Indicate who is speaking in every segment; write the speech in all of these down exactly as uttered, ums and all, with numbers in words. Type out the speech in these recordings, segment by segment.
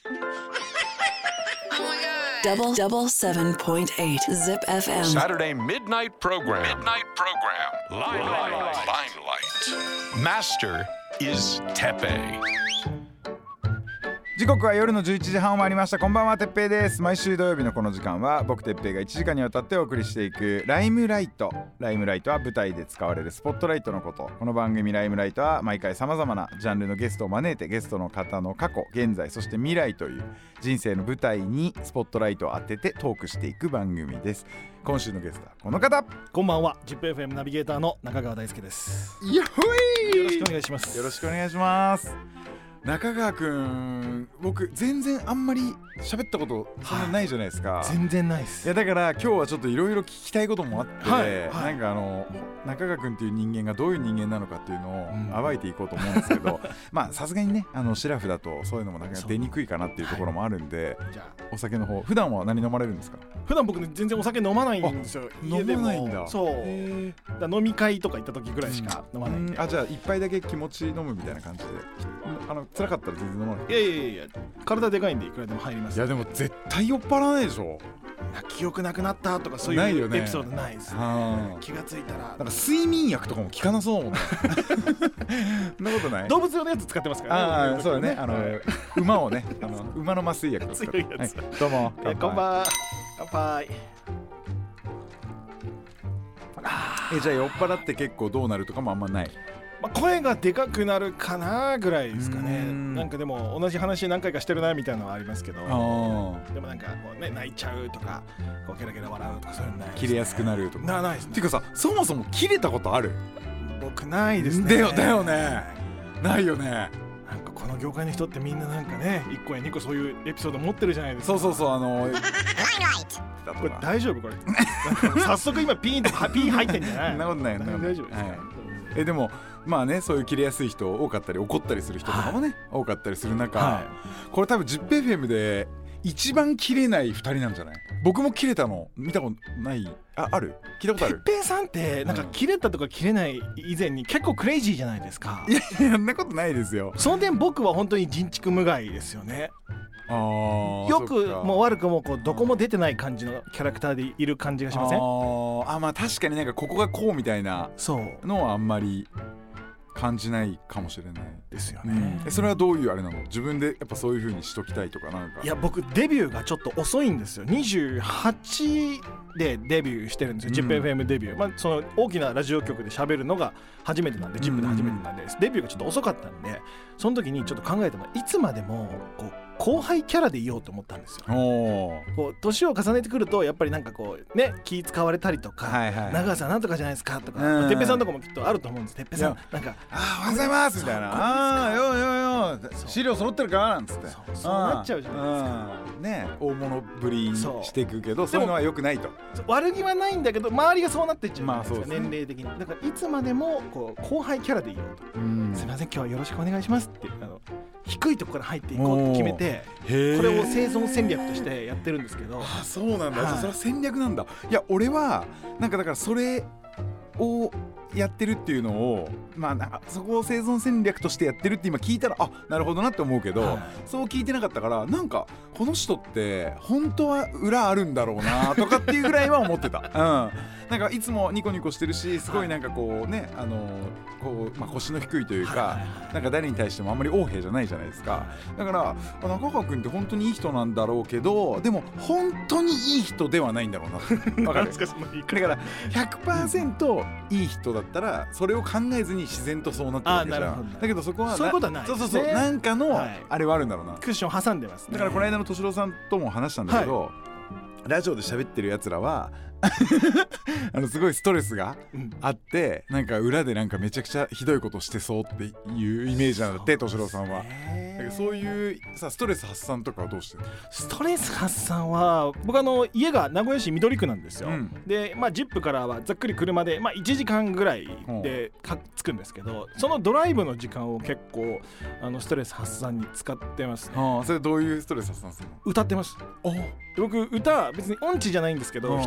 Speaker 1: Double double seven point eight Zip エフエム
Speaker 2: Saturday midnight program. Midnight program. Limelight. Limelight. Master is Teppei.
Speaker 3: 時刻は夜のじゅういちじはんを回りました。こんばんは、てっぺいです。毎週土曜日のこの時間は僕てっぺいがいちじかんにわたってお送りしていくライムライト。ライムライトは舞台で使われるスポットライトのこと。この番組ライムライトは毎回さまざまなジャンルのゲストを招いて、ゲストの方の過去、現在、そして未来という人生の舞台にスポットライトを当ててトークしていく番組です。今週のゲストはこの方。
Speaker 4: こんばんは、ジップ エフエム ナビゲーターの中川大輔です。
Speaker 3: よほい、
Speaker 4: よろしくお願いします。
Speaker 3: よろしくお願いします。中川くん、僕全然あんまり喋ったことそんなないじゃないですか、
Speaker 4: はい、全然ないです。
Speaker 3: いやだから今日はちょっといろいろ聞きたいこともあって、
Speaker 4: はいはい、
Speaker 3: なんかあの中川くんっていう人間がどういう人間なのかっていうのを暴いていこうと思うんですけど、うん、まあさすがにね、あのシラフだとそういうのもなんか出にくいかなっていうところもあるんで、はい、じゃあお酒の方、普段は何飲まれるんですか？
Speaker 4: 普段僕、ね、全然お酒飲まないんですよ。
Speaker 3: 飲まないんだ。
Speaker 4: そうだ、飲み会とか行った時ぐらいしか飲まないんで、
Speaker 3: うん、あ、じゃあ一杯だけ気持ち飲むみたいな感じで、あの辛かったら全然飲まない。
Speaker 4: いやいやいや、体でかいんでいくらでも入ります。
Speaker 3: いやでも絶対酔っ払わないでしょ。
Speaker 4: 記憶なくなったとかそういうエピソードないですね。
Speaker 3: ね、
Speaker 4: 気がついたら
Speaker 3: なんか睡眠薬とかも効かなそうもんね。そんなことない？
Speaker 4: 動物用のやつ使ってますからね。
Speaker 3: ああ、そうだね、あの馬をね、あの馬の麻酔薬とか
Speaker 4: 強いやつ、はい、
Speaker 3: どうも
Speaker 4: こんばんは、乾杯。
Speaker 3: え、じゃあ酔っ払って結構どうなるとかもあんまない？
Speaker 4: まあ、声がでかくなるかなぐらいですかね。んなんかでも同じ話何回かしてるなみたいなのはありますけど、でもなんかこう、ね、泣いちゃうとかこうケラケラ笑うとかそういうのないですね。
Speaker 3: 切れやすくなるとか
Speaker 4: なないですね。
Speaker 3: ていうかさ、そもそも切れたことある？
Speaker 4: 僕ないですね。
Speaker 3: だよだよね、ないよね。
Speaker 4: なんかこの業界の人ってみんななんかね、いっこやにこそういうエピソード持ってるじゃないですか。
Speaker 3: そうそうそう、あの
Speaker 4: これ大丈夫これ？早速今ピーンとピー入ってんじゃない？
Speaker 3: そんなことない。
Speaker 4: 大丈夫です、はい、
Speaker 3: えでもまあね、そういう切れやすい人多かったり怒ったりする人とかもね、はい、多かったりする中、はい、これ多分 ジップエフエム で一番切れないふたりなんじゃない？僕も切れたの見たことない？あ、ある？聞いたことある？
Speaker 4: てっぺいさんってなんか切れたとか切れない以前に結構クレイジーじゃないですか。
Speaker 3: いやいや、そんなことないですよ。
Speaker 4: その点僕は本当に人畜無害ですよね。
Speaker 3: あー、
Speaker 4: よくも悪くもこうどこも出てない感じのキャラクターでいる感じがしません？あ
Speaker 3: ーあ、まあ確かになんかここがこうみたいなのはあんまり感じないかもしれない
Speaker 4: ですよね、
Speaker 3: うん、それはどういうあれなの？自分でやっぱそういう風にしときたいとかなんか。
Speaker 4: いや僕デビューがちょっと遅いんですよ。にじゅうはちでデビューしてるんですよ、うん、ジップ エフエム デビュー、まあ、その大きなラジオ局で喋るのが初めてなんで、ジップで初めてなんで、デビューがちょっと遅かったんで、その時にちょっと考えたのは、いつまでもこう後輩キャラでいようと思ったんですよ。こう年を重ねてくるとやっぱりなんかこうね、気使われたりとか、はいはい、長川さんなんとかじゃないですかとか、てっぺいさんとかもきっとあると思うんです。てっぺいさんなんか
Speaker 3: あーおはようございますみたいな、ああよよよ資料揃ってるかなんつって、
Speaker 4: そう、そうなっちゃうじゃないですか
Speaker 3: ね。大物ぶりにしていくけど、そういうのは良くないと。
Speaker 4: 悪気はないんだけど周りがそうなっていっちゃうじゃないですか、
Speaker 3: まあそうですね、
Speaker 4: 年齢的に。だからいつまでもこう後輩キャラでいようと、うん、すいません今日はよろしくお願いしますってあの低いところから入っていこうって決めて、これを生存戦略としてやってるんですけど。
Speaker 3: あ、そうなんだ、はい、それは戦略なんだ。いや俺はなんかだからそれをやってるっていうのを、まあ、そこを生存戦略としてやってるって今聞いたら、あ、なるほどなって思うけど、はい、そう聞いてなかったから、なんかこの人って本当は裏あるんだろうなとかっていうぐらいは思ってた。うん、なんかいつもニコニコしてるし、すごいなんかこうね、あのこう、まあ、腰の低いというか、なんか誰に対してもあんまり横柄じゃないじゃないですか。だから中川君って本当にいい人なんだろうけど、でも本当にいい人ではないんだろうな。わかる？だから ひゃくパーセント いい人だったらそれを考えずに自然とそうなってるわけじゃん。だけどそこは
Speaker 4: そういうことはないですね。
Speaker 3: そうそうそう、なんかのあれはあるんだろうな、
Speaker 4: クッション挟んでますね。
Speaker 3: だからこの間の敏郎さんとも話したんだけど、はい、ラジオで喋ってるやつらはあのすごいストレスがあって、うん、なんか裏でなんかめちゃくちゃひどいことしてそうっていうイメージなんだって、敏郎さんは。だからそういうさ、ストレス発散とかはどうしてる？
Speaker 4: ストレス発散は僕あの家が名古屋市緑区なんですよ、うん、で、まあ、ジップからはざっくり車で、まあ、いちじかんぐらいでか着くんですけど、そのドライブの時間を結構あのストレス発散に使ってますね。
Speaker 3: あ、それどういうストレス発散するの？
Speaker 4: 歌ってます。
Speaker 3: お
Speaker 4: 僕歌別に音痴じゃないんですけど、人前で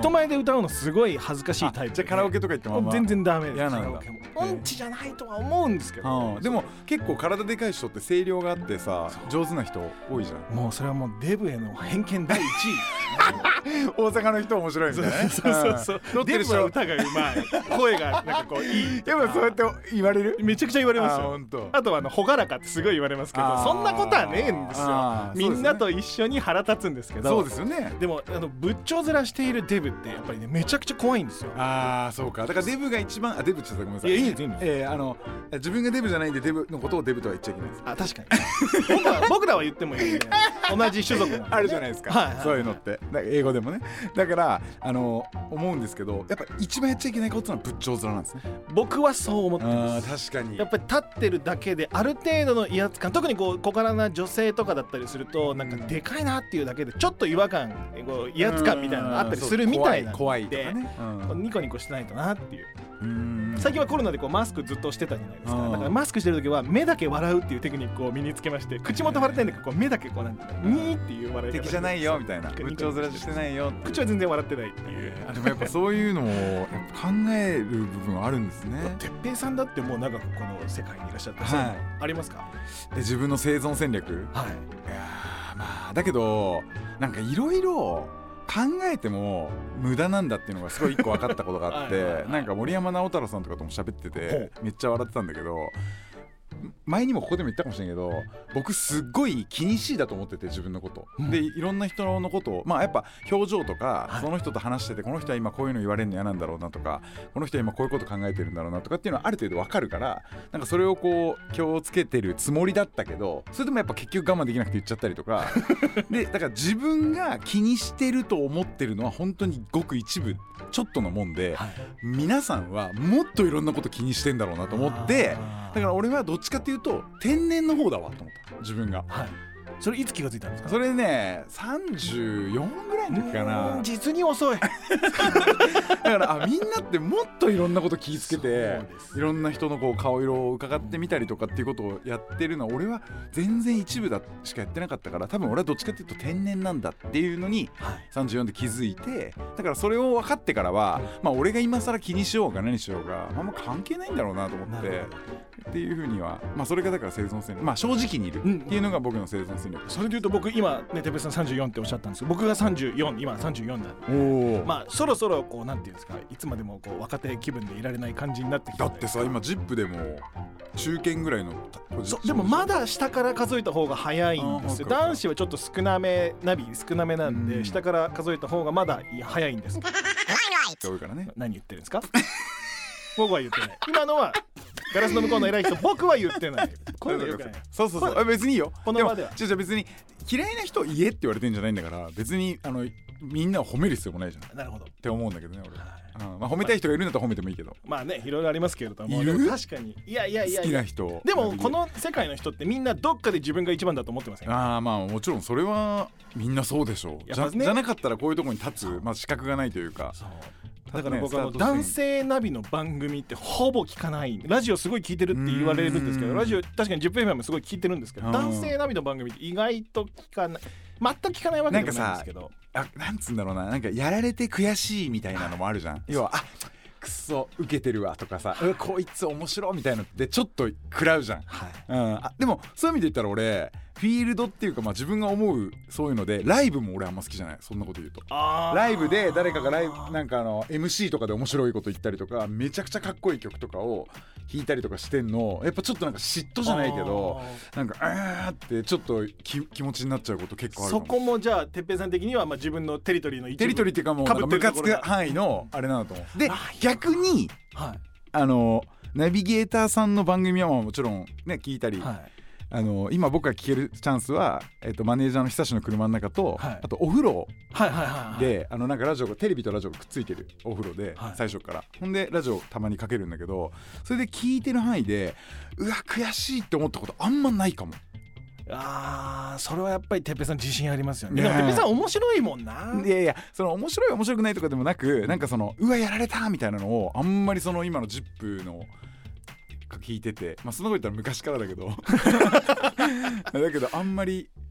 Speaker 4: 歌うのすごい恥ずかしいタイプで。
Speaker 3: じゃあカラオケとか行ってもあんま
Speaker 4: 全然ダメです。
Speaker 3: 嫌なんだ
Speaker 4: カラオケも音痴じゃないとは思うんですけど、
Speaker 3: うん、でも結構体でかい人って声量があってさ上手な人多いじゃん。
Speaker 4: もうそれはもうデブへの偏見だいいちい
Speaker 3: 大阪の人面白いみたいなね。
Speaker 4: そうそうそう、
Speaker 3: 乗って
Speaker 4: デブは
Speaker 3: る人
Speaker 4: 歌がうまい、声がなんかこういい、
Speaker 3: でもそうやって言われる。
Speaker 4: めちゃくちゃ言われますよ。
Speaker 3: あ本当。
Speaker 4: あとはあの朗らかってすごい言われますけど、
Speaker 3: あー
Speaker 4: そんなことはねえんですよ。
Speaker 3: あー
Speaker 4: みんなと一緒に腹立つんですけど、
Speaker 3: そうですよね。
Speaker 4: でもあの仏頂面しているデブってやっぱりねめちゃくちゃ怖いんですよ。
Speaker 3: ああそうか。だからデブが一番あデブって言ったらごめんなさい。
Speaker 4: いやいいですいいです
Speaker 3: えー、あの自分がデブじゃないんでデブのことをデブとは言っちゃいけないです。
Speaker 4: あ確かに僕は僕らは言ってもいいね。同じ種族なんでね
Speaker 3: あるじゃないですか、
Speaker 4: はいはいはい
Speaker 3: そういうのってだ英語でもね。だからあの思うんですけどやっぱ一番やっちゃいけないことは仏頂面なんですね。
Speaker 4: 僕はそう思って
Speaker 3: あ
Speaker 4: ま
Speaker 3: ー
Speaker 4: す。
Speaker 3: 確かに
Speaker 4: やっぱり立ってるだけである程度の威圧感、特にこう小柄な女性とかだったりするとなんかでかいなっていうだけでちょっと違和感、こう威圧感みたいなのがあったりするみたいなんで、
Speaker 3: 怖い怖いとかね、うん
Speaker 4: ニコニコしてないとなっていう。
Speaker 3: うーん
Speaker 4: 最近はコロナでこうマスクずっとしてたじゃないですか。
Speaker 3: うん
Speaker 4: だからマスクしてる時は目だけ笑うっていうテクニックを身につけまして、口元笑ってないんだけどこう目だけこうなんていうのニーっていう笑い方
Speaker 3: 敵じゃないよみたいな
Speaker 4: ニコニコ
Speaker 3: 仏頂面してないよ。
Speaker 4: 口は全然笑ってないっていう。
Speaker 3: あでもやっぱそういうのをやっぱ考える部分はあるんですね。
Speaker 4: てっぺいさんだってもう長くこの世界にいらっしゃって、
Speaker 3: はい
Speaker 4: ありますか？
Speaker 3: で自分の生存戦略、い
Speaker 4: はい。
Speaker 3: やーまあだけどなんかいろいろ考えても無駄なんだっていうのがすごい一個分かったことがあっ
Speaker 4: はいはいはい
Speaker 3: てなんか森山直太朗さんとかとも喋って
Speaker 4: ほ
Speaker 3: てめっちゃ笑ってたんだけど、前にもここでも言ったかもしれないけど僕すっごい気にしいだと思ってて自分のこと、
Speaker 4: うん
Speaker 3: でいろんな人のことをまあやっぱ表情とか、
Speaker 4: はい
Speaker 3: その人と話しててこの人は今こういうの言われるの嫌なんだろうなとかこの人は今こういうこと考えてるんだろうなとかっていうのはある程度わかるからなんかそれをこう気をつけてるつもりだったけどそれでもやっぱ結局我慢できなくて言っちゃったりとかでだから自分が気にしてると思ってるのは本当にごく一部ちょっとのもんで、
Speaker 4: はい。
Speaker 3: 皆さんはもっといろんなこと気にしてんだろうなと思って
Speaker 4: あー
Speaker 3: だから俺はどっちかっていうと天然の方だわと思った自分が。
Speaker 4: はい。それいつ気がついたんですか？
Speaker 3: それねさんじゅうよんぐらいの時か
Speaker 4: うー
Speaker 3: なん
Speaker 4: 実に遅い。
Speaker 3: だからあみんなってもっといろんなこと気ぃつけて
Speaker 4: そうです
Speaker 3: いろんな人のこう顔色を伺ってみたりとかっていうことをやってるのは俺は全然一部だしかやってなかったから多分俺はどっちかっていうと天然なんだっていうのに
Speaker 4: はい。
Speaker 3: さんじゅうよんで気づいてだからそれを分かってからはまあ俺が今更気にしようが何しようがあんま関係ないんだろうなと思って
Speaker 4: なる
Speaker 3: っていうふうにはまあそれがだから生存戦略まあ正直にいるっていうのが僕の生存戦略。
Speaker 4: それでいうと僕今ねてっぺいさんさんじゅうよんっておっしゃったんですけど僕がさんじゅうよん今さんじゅうよんだ。
Speaker 3: おお、
Speaker 4: まあそろそろこうなんていうんですかいつまでもこう若手気分でいられない感じになってきた
Speaker 3: だってさ今ジップでも中堅ぐらいのポジション
Speaker 4: そでもまだ下から数えた方が早いんですよ。
Speaker 3: あー
Speaker 4: 男子はちょっと少なめナビ少なめなんで、
Speaker 3: うん
Speaker 4: 下から数えた方がまだ早いんです。
Speaker 3: 多いからね。
Speaker 4: 何言ってるんですか？僕は言ってない。今のはガラスの向こうの偉い人僕は言ってない。こういうのよくない。
Speaker 3: そうそうそうあ別にいいよ。
Speaker 4: この場では
Speaker 3: でも違う違う別に嫌いな人言えって言われてんじゃないんだから別にあのみんなを褒める必要もないじゃんっ
Speaker 4: なるほど。
Speaker 3: て思うんだけどね俺、
Speaker 4: はい
Speaker 3: うんまあ、褒めたい人がいるんだったら褒めてもいいけど
Speaker 4: まあねいろいろありますけれども
Speaker 3: いる
Speaker 4: でも確かにいやいやいや
Speaker 3: 好
Speaker 4: いや
Speaker 3: きな人
Speaker 4: でもこの世界の人ってみんなどっかで自分が一番だと思ってませんか？
Speaker 3: ああまあもちろんそれはみんなそうでしょうじゃ,、
Speaker 4: やっぱね
Speaker 3: じゃなかったらこういうところに立つ、まあ、資格がないというか
Speaker 4: そうだから僕
Speaker 3: ね
Speaker 4: あの
Speaker 3: スタート地点
Speaker 4: 男性ナビの番組ってほぼ聞かないラジオすごい聞いてるって言われるんですけ
Speaker 3: うん
Speaker 4: どラジオ確かに ジェップエフエム もすごい聞いてるんですけど
Speaker 3: うん
Speaker 4: 男性ナビの番組って意外と聞かない全く聞かないわけでもないんですけど
Speaker 3: あなんつうんだろうななんかやられて悔しいみたいなのもあるじゃん要はあくそ受けてるわとかさうこいつ面白いみたいなのってちょっと食らうじゃん、
Speaker 4: はい
Speaker 3: うん、あでもそういう意味で言ったら俺フィールドっていうか、まあ、自分が思うそういうのでライブも俺あんま好きじゃないそんなこと言うと
Speaker 4: あー
Speaker 3: ライブで誰かがライブなんかあの エムシー とかで面白いこと言ったりとかめちゃくちゃかっこいい曲とかを弾いたりとかしてんのやっぱちょっとなんか嫉妬じゃないけどなんかあーってちょっとき気持ちになっちゃうこと結構あるかも
Speaker 4: そこもじゃあてっぺいさん的にはまあ自分のテリトリーの一部
Speaker 3: テリトリーっていうかもうなんかムカつく
Speaker 4: 被ってるところが
Speaker 3: 範囲のあれなんだと思うで
Speaker 4: あ
Speaker 3: 逆に
Speaker 4: はい
Speaker 3: あのナビゲーターさんの番組はもちろんね聞いたり、
Speaker 4: はい
Speaker 3: あの今僕が聞けるチャンスは、えっと、マネージャーの久しの車の中と、
Speaker 4: はい
Speaker 3: あとお風呂
Speaker 4: はいはいはい
Speaker 3: であのなんかラジオがテレビとラジオがくっついてるお風呂で、
Speaker 4: はい
Speaker 3: 最初からほんでラジオたまにかけるんだけどそれで聞いてる範囲でうわ悔しいって思ったことあんまないかも。
Speaker 4: あーそれはやっぱりてっぺいさん自信ありますよね。
Speaker 3: ね
Speaker 4: でもてっぺいさん面白いもんな。
Speaker 3: いやいやその面白い面白くないとかでもなくなんかそのうわやられたみたいなのをあんまりその今の ジップ の聞いててまあそんなこと言ったら昔からだけどだけどあんまり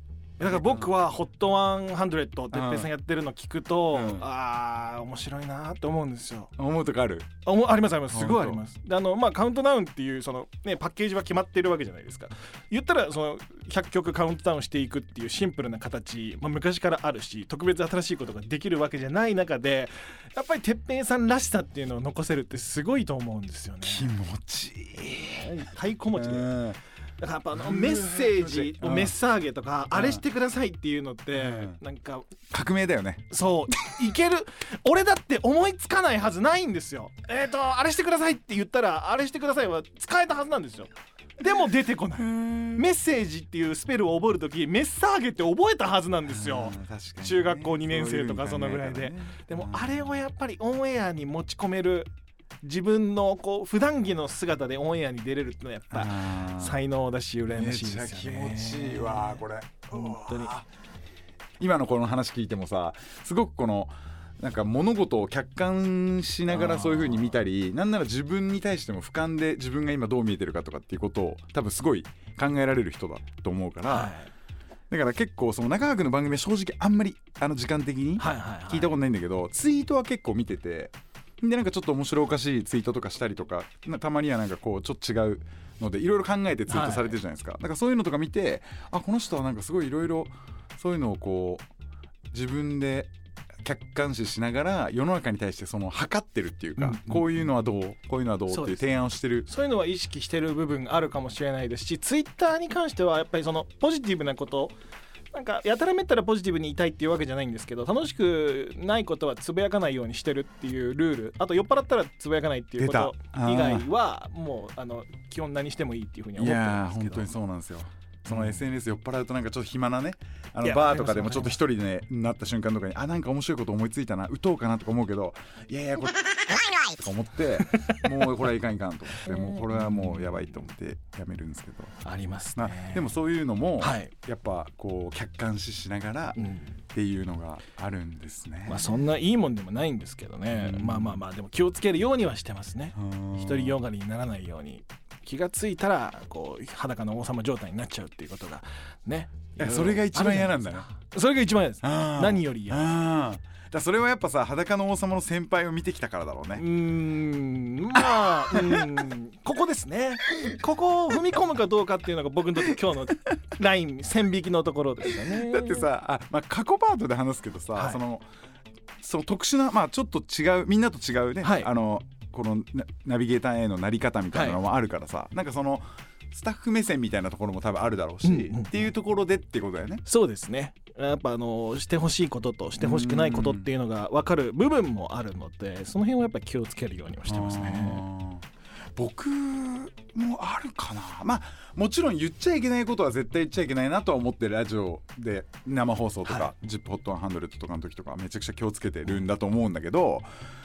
Speaker 4: だから僕はホットハンドレッドてっぺいさんやってるの聞くと、
Speaker 3: うん、
Speaker 4: あー面白いなって思うんですよ。
Speaker 3: 思うとかある？
Speaker 4: あ, ありますあります、すごいあります。であの、まあ、カウントダウンっていうその、ね、パッケージは決まってるわけじゃないですか。言ったらそのひゃっきょくカウントダウンしていくっていうシンプルな形、まあ、昔からあるし特別新しいことができるわけじゃない中でやっぱりてっぺいさんらしさっていうのを残せるってすごいと思うんですよね。
Speaker 3: 気持ちいい。
Speaker 4: 太鼓持ちで、
Speaker 3: うん
Speaker 4: だからやっぱあのメッセージをメッサーゲとかあれしてくださいっていうのってなんか
Speaker 3: 革命だよね。
Speaker 4: そういける俺だって思いつかないはずないんですよ。えーとあれしてくださいって言ったらあれしてくださいは使えたはずなんですよ。でも出てこない。メッセージっていうスペルを覚えるときメッサーゲって覚えたはずなんですよ。
Speaker 3: 確かにね、
Speaker 4: 中学校にねん生とかそのぐらいで。でもあれをやっぱりオンエアに持ち込める自分のこう普段着の姿でオンエアに出れるってのはやっぱ才能だし羨ましいですよね。
Speaker 3: めっちゃ気持ちいいわこれ。
Speaker 4: 本当に
Speaker 3: 今のこの話聞いてもさすごくこのなんか物事を客観しながらそういう風に見たりなんなら自分に対しても俯瞰で自分が今どう見えてるかとかっていうことを多分すごい考えられる人だと思うから、はい、だから結構その中川君の番組は正直あんまりあの時間的に聞いたことないんだけど、はいはいはい、ツイートは結構見ててでなんかちょっと面白おかしいツイートとかしたりとかたまにはなんかこうちょっと違うのでいろいろ考えてツイートされてるじゃないですか、はい、だからそういうのとか見てあこの人はなんかすごいいろいろそういうのをこう自分で客観視しながら世の中に対してその測ってるっていうか、うんうん、こういうのはどうこういうのはどうっていう提案をしてる。
Speaker 4: そういうのは意識してる部分があるかもしれないですしツイッターに関してはやっぱりそのポジティブなことなんかやたらめったらポジティブにいたいっていうわけじゃないんですけど楽しくないことはつぶやかないようにしてるっていうルールあと酔っ払ったらつぶやかないっていうこと以外はもうあの基本何してもいいっていうふうに思ってるんですけど。いや
Speaker 3: 本当にそうなんですよ。その エスエヌエス 酔っ払うとなんかちょっと暇なねあのバーとかでもちょっと一人でなった瞬間とかにあなんか面白いこと思いついたな打とうかなとか思うけどいやいやこれとか思ってもうこれはいかんいかんと思ってもうこれはもうやばいと思ってやめるんですけど
Speaker 4: ありますね。
Speaker 3: でもそういうのもやっぱこう客観視しながらっていうのがあるんですね、
Speaker 4: うんまあ、そんないいもんでもないんですけどね、うん、まあまあまあでも気をつけるようにはしてますね。独りよがりにならないように気がついたらこう裸の王様状態になっちゃうっていうことがね
Speaker 3: いやそれが一番嫌なんだよ。
Speaker 4: それが一番嫌です。何より嫌
Speaker 3: だだそれはやっぱさ裸の王様の先輩を見てきたからだろうね。
Speaker 4: うーんまあうーんここですねここを踏み込むかどうかっていうのが僕にとって今日のライン線引きのところですよね。
Speaker 3: だってさあ、まあ、過去パートで話すけどさ、はい、そのその特殊なまあちょっと違うみんなと違うね、はい、あのこの ナ, ナビゲーターへのなり方みたいなのもあるからさ、はい、なんかそのスタッフ目線みたいなところも多分あるだろうし、うんうん、っていうところでってことだよね。
Speaker 4: そうですねやっぱあのしてほしいこととしてほしくないことっていうのが分かる部分もあるのでその辺はやっぱ気をつけるようにはしてますね。
Speaker 3: 僕もあるかな。まあもちろん言っちゃいけないことは絶対言っちゃいけないなとは思ってラジオで生放送とか、はい、ジップホットハンドレットとかの時とかめちゃくちゃ気をつけてるんだと思うんだけど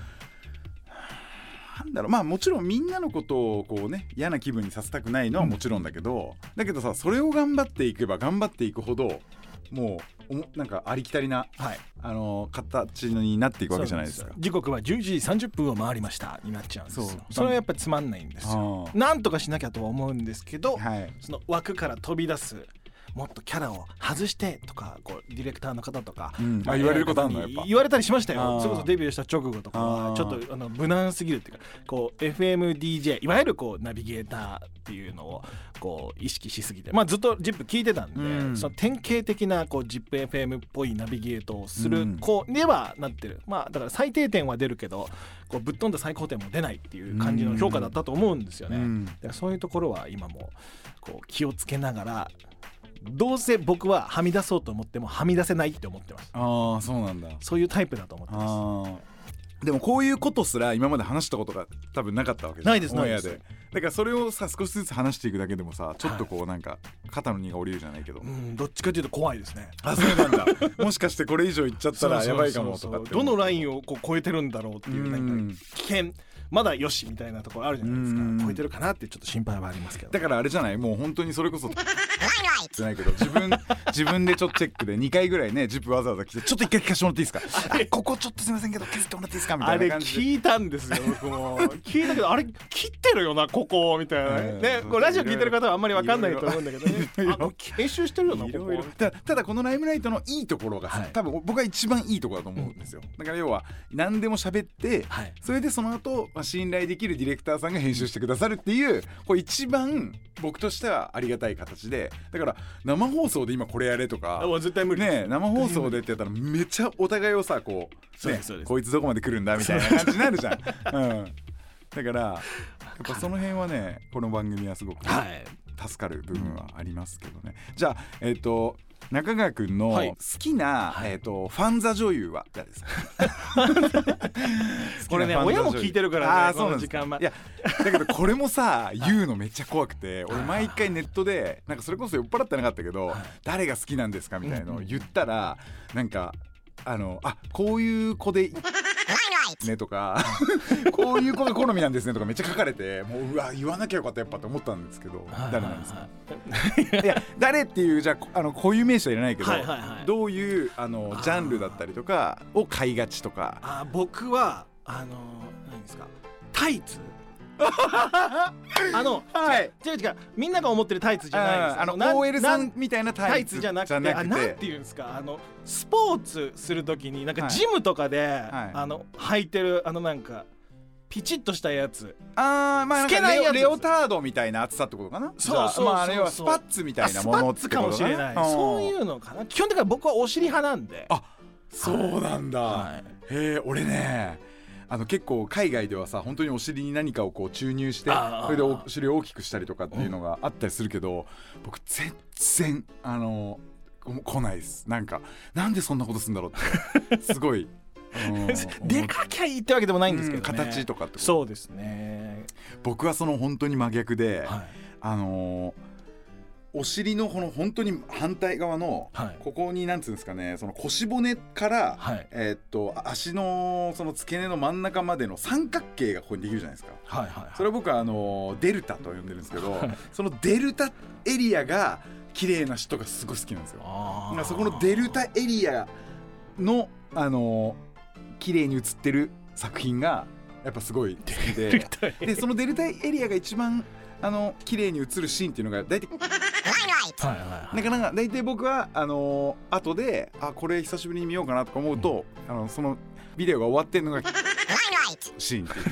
Speaker 3: なんだろうまあもちろんみんなのことをこうね嫌な気分にさせたくないのはもちろんだけど、うん、だけどさそれを頑張っていけば頑張っていくほどもうなんかありきたりな、はい、あの形になっていくわけじゃないですか。
Speaker 4: 時刻はじゅうじさんじゅっぷんを回りましたになっちゃうんですよ。そうそれはやっぱりつまんないんですよ。なんとかしなきゃとは思うんですけど、はい、その枠から飛び出すもっとキャラを外してとかこうディレクターの方とか、
Speaker 3: うんまあ、言われることあるのやっぱ
Speaker 4: 言われたりしましたよ。それこそデビューした直後とかはちょっとあの無難すぎるっていうかこう エフエムディージェー いわゆるこうナビゲーターっていうのをこう意識しすぎて、まあ、ずっと ジップ 聞いてたんで、うん、その典型的なこう ジップエフエム っぽいナビゲートをする子にはなってる、うん、まあだから最低点は出るけどこうぶっ飛んだ最高点も出ないっていう感じの評価だったと思うんですよね、うん、だからそういうところは今もこう気をつけながらどうせ僕ははみ出そうと思ってもはみ出せないって思ってます。
Speaker 3: ああそうなんだ。
Speaker 4: そういうタイプだと思ってます。
Speaker 3: あでもこういうことすら今まで話したことが多分なかったわけじゃん。
Speaker 4: ないですないです。
Speaker 3: だからそれをさ少しずつ話していくだけでもさちょっとこうなんか肩の荷が下りるじゃないけど、
Speaker 4: はい、うんどっちかというと怖いですね。
Speaker 3: あそうなんだもしかしてこれ以上いっちゃったらやばいかもとかって
Speaker 4: どのラインをこう超えてるんだろうっていうなんか危険まだよしみたいなところあるじゃないですか。超えてるかなってちょっと心配はありますけど。
Speaker 3: だからあれじゃないもう本当にそれこそじゃないけど自分自分でちょっとチェックでにかいぐらいねジップわざわざ来てちょっと一回聞かせてもらっていいですかあここちょっとすいませんけど削ってもらっていいですかみたいな感じで
Speaker 4: あれ聞いたんですよ僕も聞いたけどあれ切ってるよなここみたいなね、ねこうラジオ聞いてる方はあんまり分かんないと思うんだけどねあの編集してるよなここ
Speaker 3: いろいろた, ただこのライムライトのいいところがさ、はい、多分僕が一番いいところだと思うんですよ、うん、だから要は何でも喋って、はい、それでその後、まあ、信頼できるディレクターさんが編集してくださるっていうこれ一番僕としてはありがたい形でだから生放送で今これやれとか
Speaker 4: 絶対無理
Speaker 3: ね生放送でってやったらめっちゃお互いをさこう、ね、こいつどこまで来るんだみたいな感じになるじゃん、うん、だからやっぱその辺はねこの番組はすごく、ねはい、助かる部分はありますけどね、うん、じゃあえっ、ー、と中川くんの好きな、はいえー、とファンザ女優は誰ですか
Speaker 4: これね親も聞いてるからね
Speaker 3: この時間いやだけどこれもさ言うのめっちゃ怖くて俺毎回ネットでなんかそれこそ酔っ払ってなかったけど誰が好きなんですかみたいなのを言ったらなんかあのあこういう子でねとかこういう子が好みなんですねとかめっちゃ書かれてもううわ言わなきゃよかったやっぱと思ったんですけど誰なんですかいや誰っていうじゃあ、あの固有名詞はいらないけど、はいはいはい、どういうあのジャンルだったりとかを買いがちとか
Speaker 4: あ僕はあの何ですかタイツあの、はい、違う違うみんなが思ってるタイツじゃないです。
Speaker 3: あの オーエル さんみたいなタイツ
Speaker 4: じゃなくて、あなんていうんですかあのスポーツするときになんかジムとかで、はい、あの履いてるあのなんかピチッとしたやつ
Speaker 3: あーまあなんかレオ、レオタードみたいな厚さってことかな
Speaker 4: そうそうそうそう、
Speaker 3: まあ、あれはスパッツみたいなものってことかな
Speaker 4: スパッツかもしれないそういうのかな基本的には僕はお尻派なんで
Speaker 3: あそうなんだ、はい、へえ俺ねあの結構海外ではさ本当にお尻に何かをこう注入してそれでお尻を大きくしたりとかっていうのがあったりするけど、うん、僕全然あの来ないですなんかなんでそんなことするんだろうってすごい
Speaker 4: でかきゃいいってわけでもないんですけどね、
Speaker 3: うん、形とかってこと
Speaker 4: そうですね
Speaker 3: 僕はその本当に真逆で、
Speaker 4: はい、
Speaker 3: あのお尻のこの本当に反対側のここになんつうんですかねその腰骨から、はいえー、っと足のその付け根の真ん中までの三角形がここにできるじゃないですか、
Speaker 4: はいはいはい、
Speaker 3: それは僕はあのデルタと呼んでるんですけど、はい、そのデルタエリアが綺麗な人がすごい好きなんですよあそこのデルタエリアのあの綺麗に映ってる作品がやっぱすごい好きででそのデルタエリアが一番あの綺麗に映るシーンっていうのが大体はいはいはい、なかなか大体僕はあのー、後であこれ久しぶりに見ようかなとか思うと、うん、あのそのビデオが終わってるのがシーンって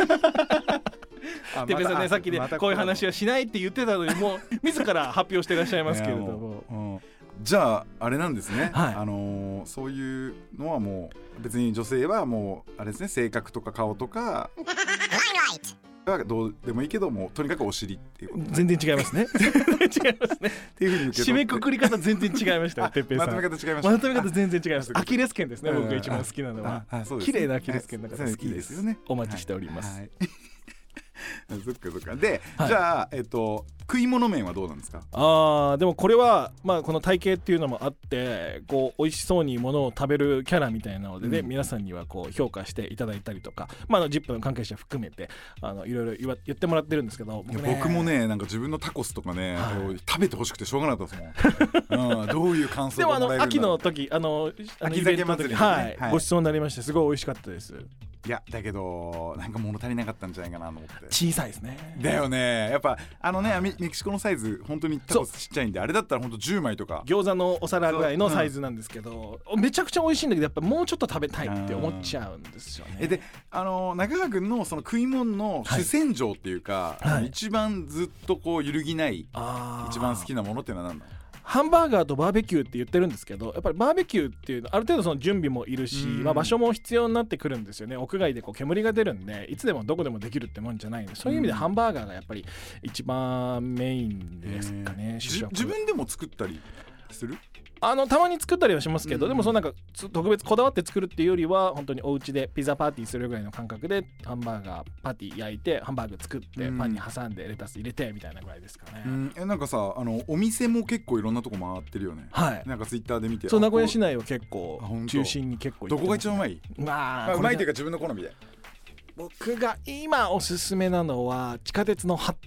Speaker 3: いう
Speaker 4: てっぺいさんねさっきでこういう話はしないって言ってたのにもう自ら発表してらっしゃいますけれども、
Speaker 3: うん、じゃああれなんですね、はいあのー、そういうのはもう別に女性はもうあれですね性格とか顔とかどうでもいいけどもとにかくお尻っていう
Speaker 4: 全然違いますね全然違いますねっていう風に締めくくり方全然違いましたてっぺいさん
Speaker 3: まとめ方違いました
Speaker 4: まとめ方全然違いますアキレス腱ですね僕が一番好きなのは綺麗なアキレス腱の方好きですよねお待ちしております、はいはい
Speaker 3: そっかそっかで、はい、じゃあ、えっと、食い物面はどうなんですか
Speaker 4: あでもこれは、まあ、この体型っていうのもあってこう美味しそうにものを食べるキャラみたいなのでね、うん、皆さんにはこう評価していただいたりとか、まあ、あのジップの関係者含めてあのいろいろ言わ言ってもらってるんですけど
Speaker 3: 僕,、ね、僕もねなんか自分のタコスとかね、はい、食べてほしくてしょうがなかったですもん、うん、どういう感想がもらえるんだろう
Speaker 4: でもあの秋の時あの
Speaker 3: 秋酒祭りの時、ね
Speaker 4: はいはい、ごちそうになりましてすごい美味しかったです
Speaker 3: いやだけどなんか物足りなかったんじゃないかなと思って
Speaker 4: 小さいですね
Speaker 3: だよねやっぱあのねメキシコのサイズ本当にタコスちっちゃいんであれだったら本当じゅうまいとか
Speaker 4: 餃子のお皿ぐらいのサイズなんですけど、うん、めちゃくちゃ美味しいんだけどやっぱもうちょっと食べたいって思っちゃうんですよね
Speaker 3: えであの中川君のその食い物の主戦場っていうか、はい、一番ずっとこう揺るぎない一番好きなものっていうのは何なの
Speaker 4: ハンバーガーとバーベキューって言ってるんですけどやっぱりバーベキューっていうのある程度その準備もいるし、まあ、場所も必要になってくるんですよね屋外でこう煙が出るんでいつでもどこでもできるってもんじゃないんでそういう意味でハンバーガーがやっぱり一番メインですかね
Speaker 3: 自分でも作ったりする
Speaker 4: あのたまに作ったりはしますけど、うん、でもそのなんか特別こだわって作るっていうよりは本当にお家でピザパーティーするぐらいの感覚でハンバーガーパティ焼いてハンバーグ作ってパンに挟んでレタス入れてみたいなぐらいですかね、
Speaker 3: うん、えなんかさあのお店も結構いろんなとこ回ってるよね
Speaker 4: はい
Speaker 3: なんかツイッターで見て
Speaker 4: そう名古屋市内は結構中心に結構
Speaker 3: 行ってます、ね、どこが一番うまい
Speaker 4: まあ
Speaker 3: うまいというか自分の好みで
Speaker 4: 僕が今おすすめなのは地下鉄の八田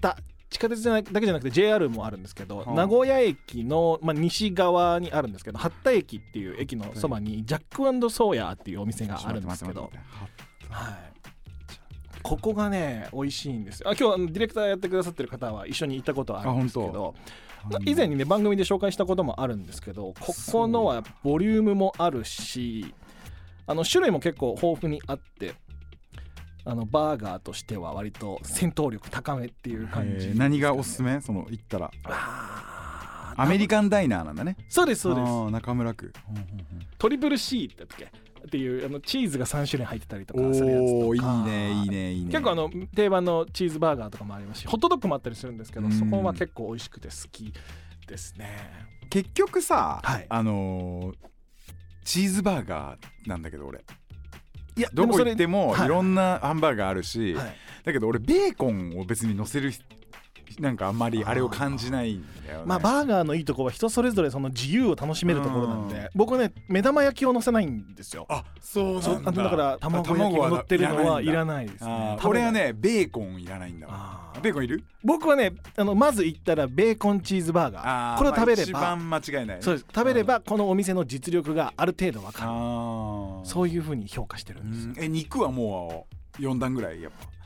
Speaker 4: 地下鉄だけじゃなくて ジェイアール もあるんですけど、
Speaker 3: はあ、名
Speaker 4: 名古屋駅の、まあ、西側にあるんですけど、八田駅っていう駅のそばにジャック&ソーヤーっていうお店があるんですけど、はい、ここがね美味しいんですよ。あ、今日あのディレクターやってくださってる方は一緒に行ったことはあるんですけど、以前にね番組で紹介したこともあるんですけど、ここのはボリュームもあるし、あの種類も結構豊富にあって、あのバーガーとしては割と戦闘力高めっていう感じ、ね、
Speaker 3: 何がおすすめ？その行ったらあアメリカンダイナーなんだね。
Speaker 4: そうですそうです。
Speaker 3: 中村区、
Speaker 4: トリプル C ってやつっけっていうあのチーズがさん種類入ってたりとかするやつとか、
Speaker 3: おーいいねいいねいいね。
Speaker 4: 結構あの定番のチーズバーガーとかもありますし、ホットドッグもあったりするんですけど、そこは結構美味しくて好きですね。
Speaker 3: 結局さ、
Speaker 4: はい、
Speaker 3: あのー、チーズバーガーなんだけど俺、
Speaker 4: いや
Speaker 3: どこ行ってもいろんなハンバーガーあるし、
Speaker 4: はい、
Speaker 3: だけど俺ベーコンを別に乗せるなんかあんまりあれを感じないんだよね。
Speaker 4: まあバーガーのいいところは人それぞれその自由を楽しめるところなんで、僕はね目玉焼きを乗せないんですよ。
Speaker 3: あ、そうなんだ。
Speaker 4: だから卵焼きが乗ってるのはいらないですね。
Speaker 3: 俺はねベーコンいらないんだわ。ベーコンいる？
Speaker 4: 僕はねあのまず言ったらベーコンチーズバーガー、これを食べれば、
Speaker 3: まあ、一番間違いない、ね、
Speaker 4: そうです。食べればこのお店の実力がある程度わかる。あ、そういう風に評価してるんですよ。
Speaker 3: え、肉はもうよん段ぐらいやっぱ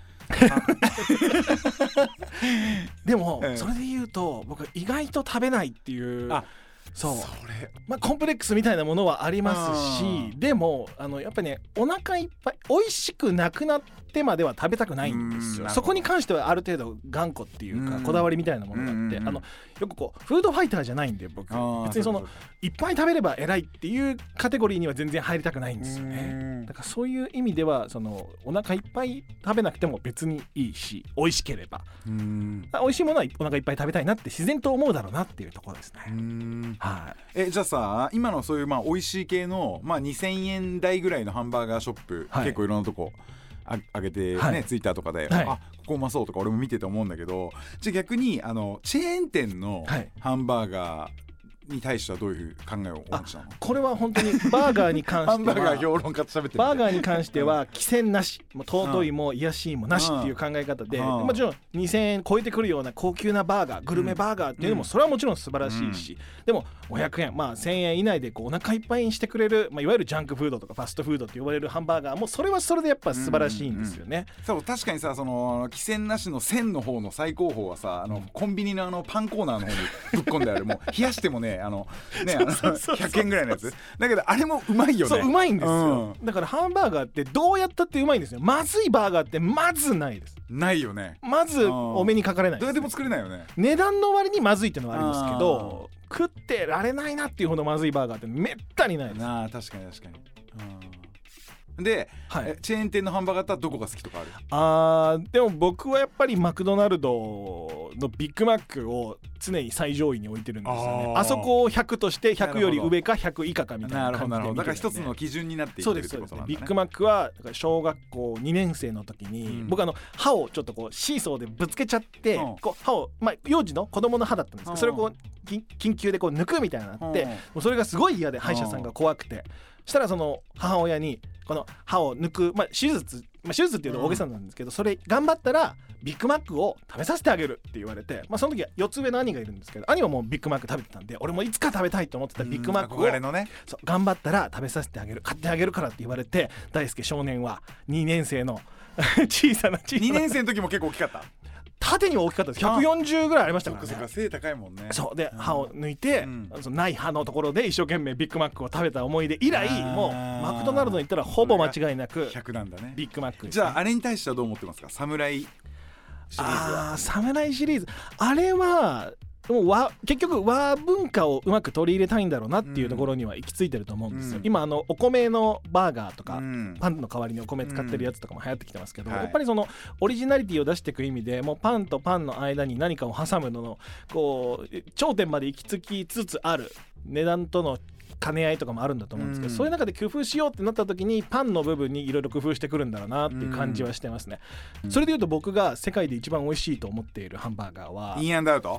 Speaker 4: でも、ええ、それで言うと僕意外と食べないっていう、あ、そう、それ、まあ、コンプレックスみたいなものはありますし、でもあのやっぱりねお腹いっぱい美味しくなくなってまでは食べたくないんですよ。そこに関してはある程度頑固っていうかこだわりみたいなものがあって、あのよくこうフードファイターじゃないんで僕別にそのいっぱい食べれば偉いっていうカテゴリーには全然入りたくないんですよね。だからそういう意味ではそのお腹いっぱい食べなくても別にいいし、美味しければ、うーん、美味しいものはお腹いっぱい食べたいなって自然と思うだろうなっていうところですね。うーん、はい、
Speaker 3: えじゃあさ、今のそういうまあ美味しい系の、まあ、にせんえん台ぐらいのハンバーガーショップ、はい、結構いろんなとこあ上げてね、はい、ツイッターとかで、はい、あここうまそうとか俺も見てて思うんだけど、じゃあ逆にあのチェーン店のハンバーガーに対してはどういう考えをお持ちなの？
Speaker 4: これは本当にバーガーに関しては
Speaker 3: ハンバーガー評論家と喋ってる
Speaker 4: バーガーに関しては貴賤なし、もう尊いも卑しいもなしっていう考え方で、もちろんにせんえん超えてくるような高級なバーガー、グルメバーガーっていうのもそれはもちろん素晴らしいし、うん、でもごひゃくえん、まあせんえん以内でこうお腹いっぱいにしてくれる、まあ、いわゆるジャンクフードとかファストフードって呼ばれるハンバーガーもそれはそれでやっぱ素晴らしいんですよね。
Speaker 3: うんうん、そう、確かにさ、その貴賤なしの線の方の最高峰はさ、あのコンビニのあのパンコーナーの方にぶっ込んであるもう冷やしてもね、あのねひゃくえんぐらいのやつだけど、あれもうまいよね。
Speaker 4: そう、うまいんですよ、うん、だからハンバーガーってどうやったってうまいんですよ。まずいバーガーってまずないです。
Speaker 3: ないよね。
Speaker 4: まずお目にかかれないです。
Speaker 3: どうやっても作れないよね。
Speaker 4: 値段の割にまずいっていうのはありますけど、食ってられないなっていうほどまずいバーガーってめったにないです。
Speaker 3: なあ、確かに確かに。で、はい、チェーン店のハンバーガーだったらどこが好きとかある？
Speaker 4: あー、でも僕はやっぱりマクドナルドのビッグマックを常に最上位に置いてるんですよね。 あ, あそこをひゃくとしてひゃくより上かひゃく以下かみたいな感じで見てるんで。なるほど、だから一
Speaker 3: つの基準になっていってるってことなんだね。そうです、
Speaker 4: ビッグマックはだから小学校にねん生の時に、うん、僕あの歯をちょっとこうシーソーでぶつけちゃって、うん、こう歯を、まあ、幼児の子供の歯だったんですけど、うん、それをこう緊急でこう抜くみたいなのがあって、うん、もうそれがすごい嫌で歯医者さんが怖くて、したらその母親にこの歯を抜く、まあ、手術、まあ、手術っていうと大げさなんですけど、うん、それ頑張ったらビッグマックを食べさせてあげるって言われて、まあ、その時はよっつ上の兄がいるんですけど、兄はもうビッグマック食べてたんで、俺もいつか食べたいと思ってたビッグマックを、
Speaker 3: 憧れのね、
Speaker 4: そう頑張ったら食べさせてあげる、買ってあげるからって言われて、大輔少年はにねん生の小さな小さな
Speaker 3: にねん生の時も結構大きかった。
Speaker 4: 縦には大きかったです。ひゃくよんじゅうぐらいありましたからね。
Speaker 3: そっかそっか、背高いもんね。
Speaker 4: そうで、うん、歯を抜いて、うん、そのない歯のところで一生懸命ビッグマックを食べた思い出以来、もうマクドナルドに行ったらほぼ間違いなく
Speaker 3: ひゃくなんだね、
Speaker 4: ビッグマック、ね、
Speaker 3: じゃああれに対してはどう思ってますか？サムライシリーズは。
Speaker 4: あー、サムライシリーズ、あれはでも和結局和文化をうまく取り入れたいんだろうなっていうところには行き着いてると思うんですよ、うん、今あのお米のバーガーとか、うん、パンの代わりにお米使ってるやつとかも流行ってきてますけど、うん、やっぱりそのオリジナリティを出していく意味で、もうパンとパンの間に何かを挟むののこう頂点まで行き着きつつある値段との兼ね合いとかもあるんだと思うんですけど、うん、そういう中で工夫しようってなった時にパンの部分にいろいろ工夫してくるんだろうなっていう感じはしてますね、うん、それでいうと僕が世界で一番美味しいと思っているハンバーガーは
Speaker 3: インアンドアウト。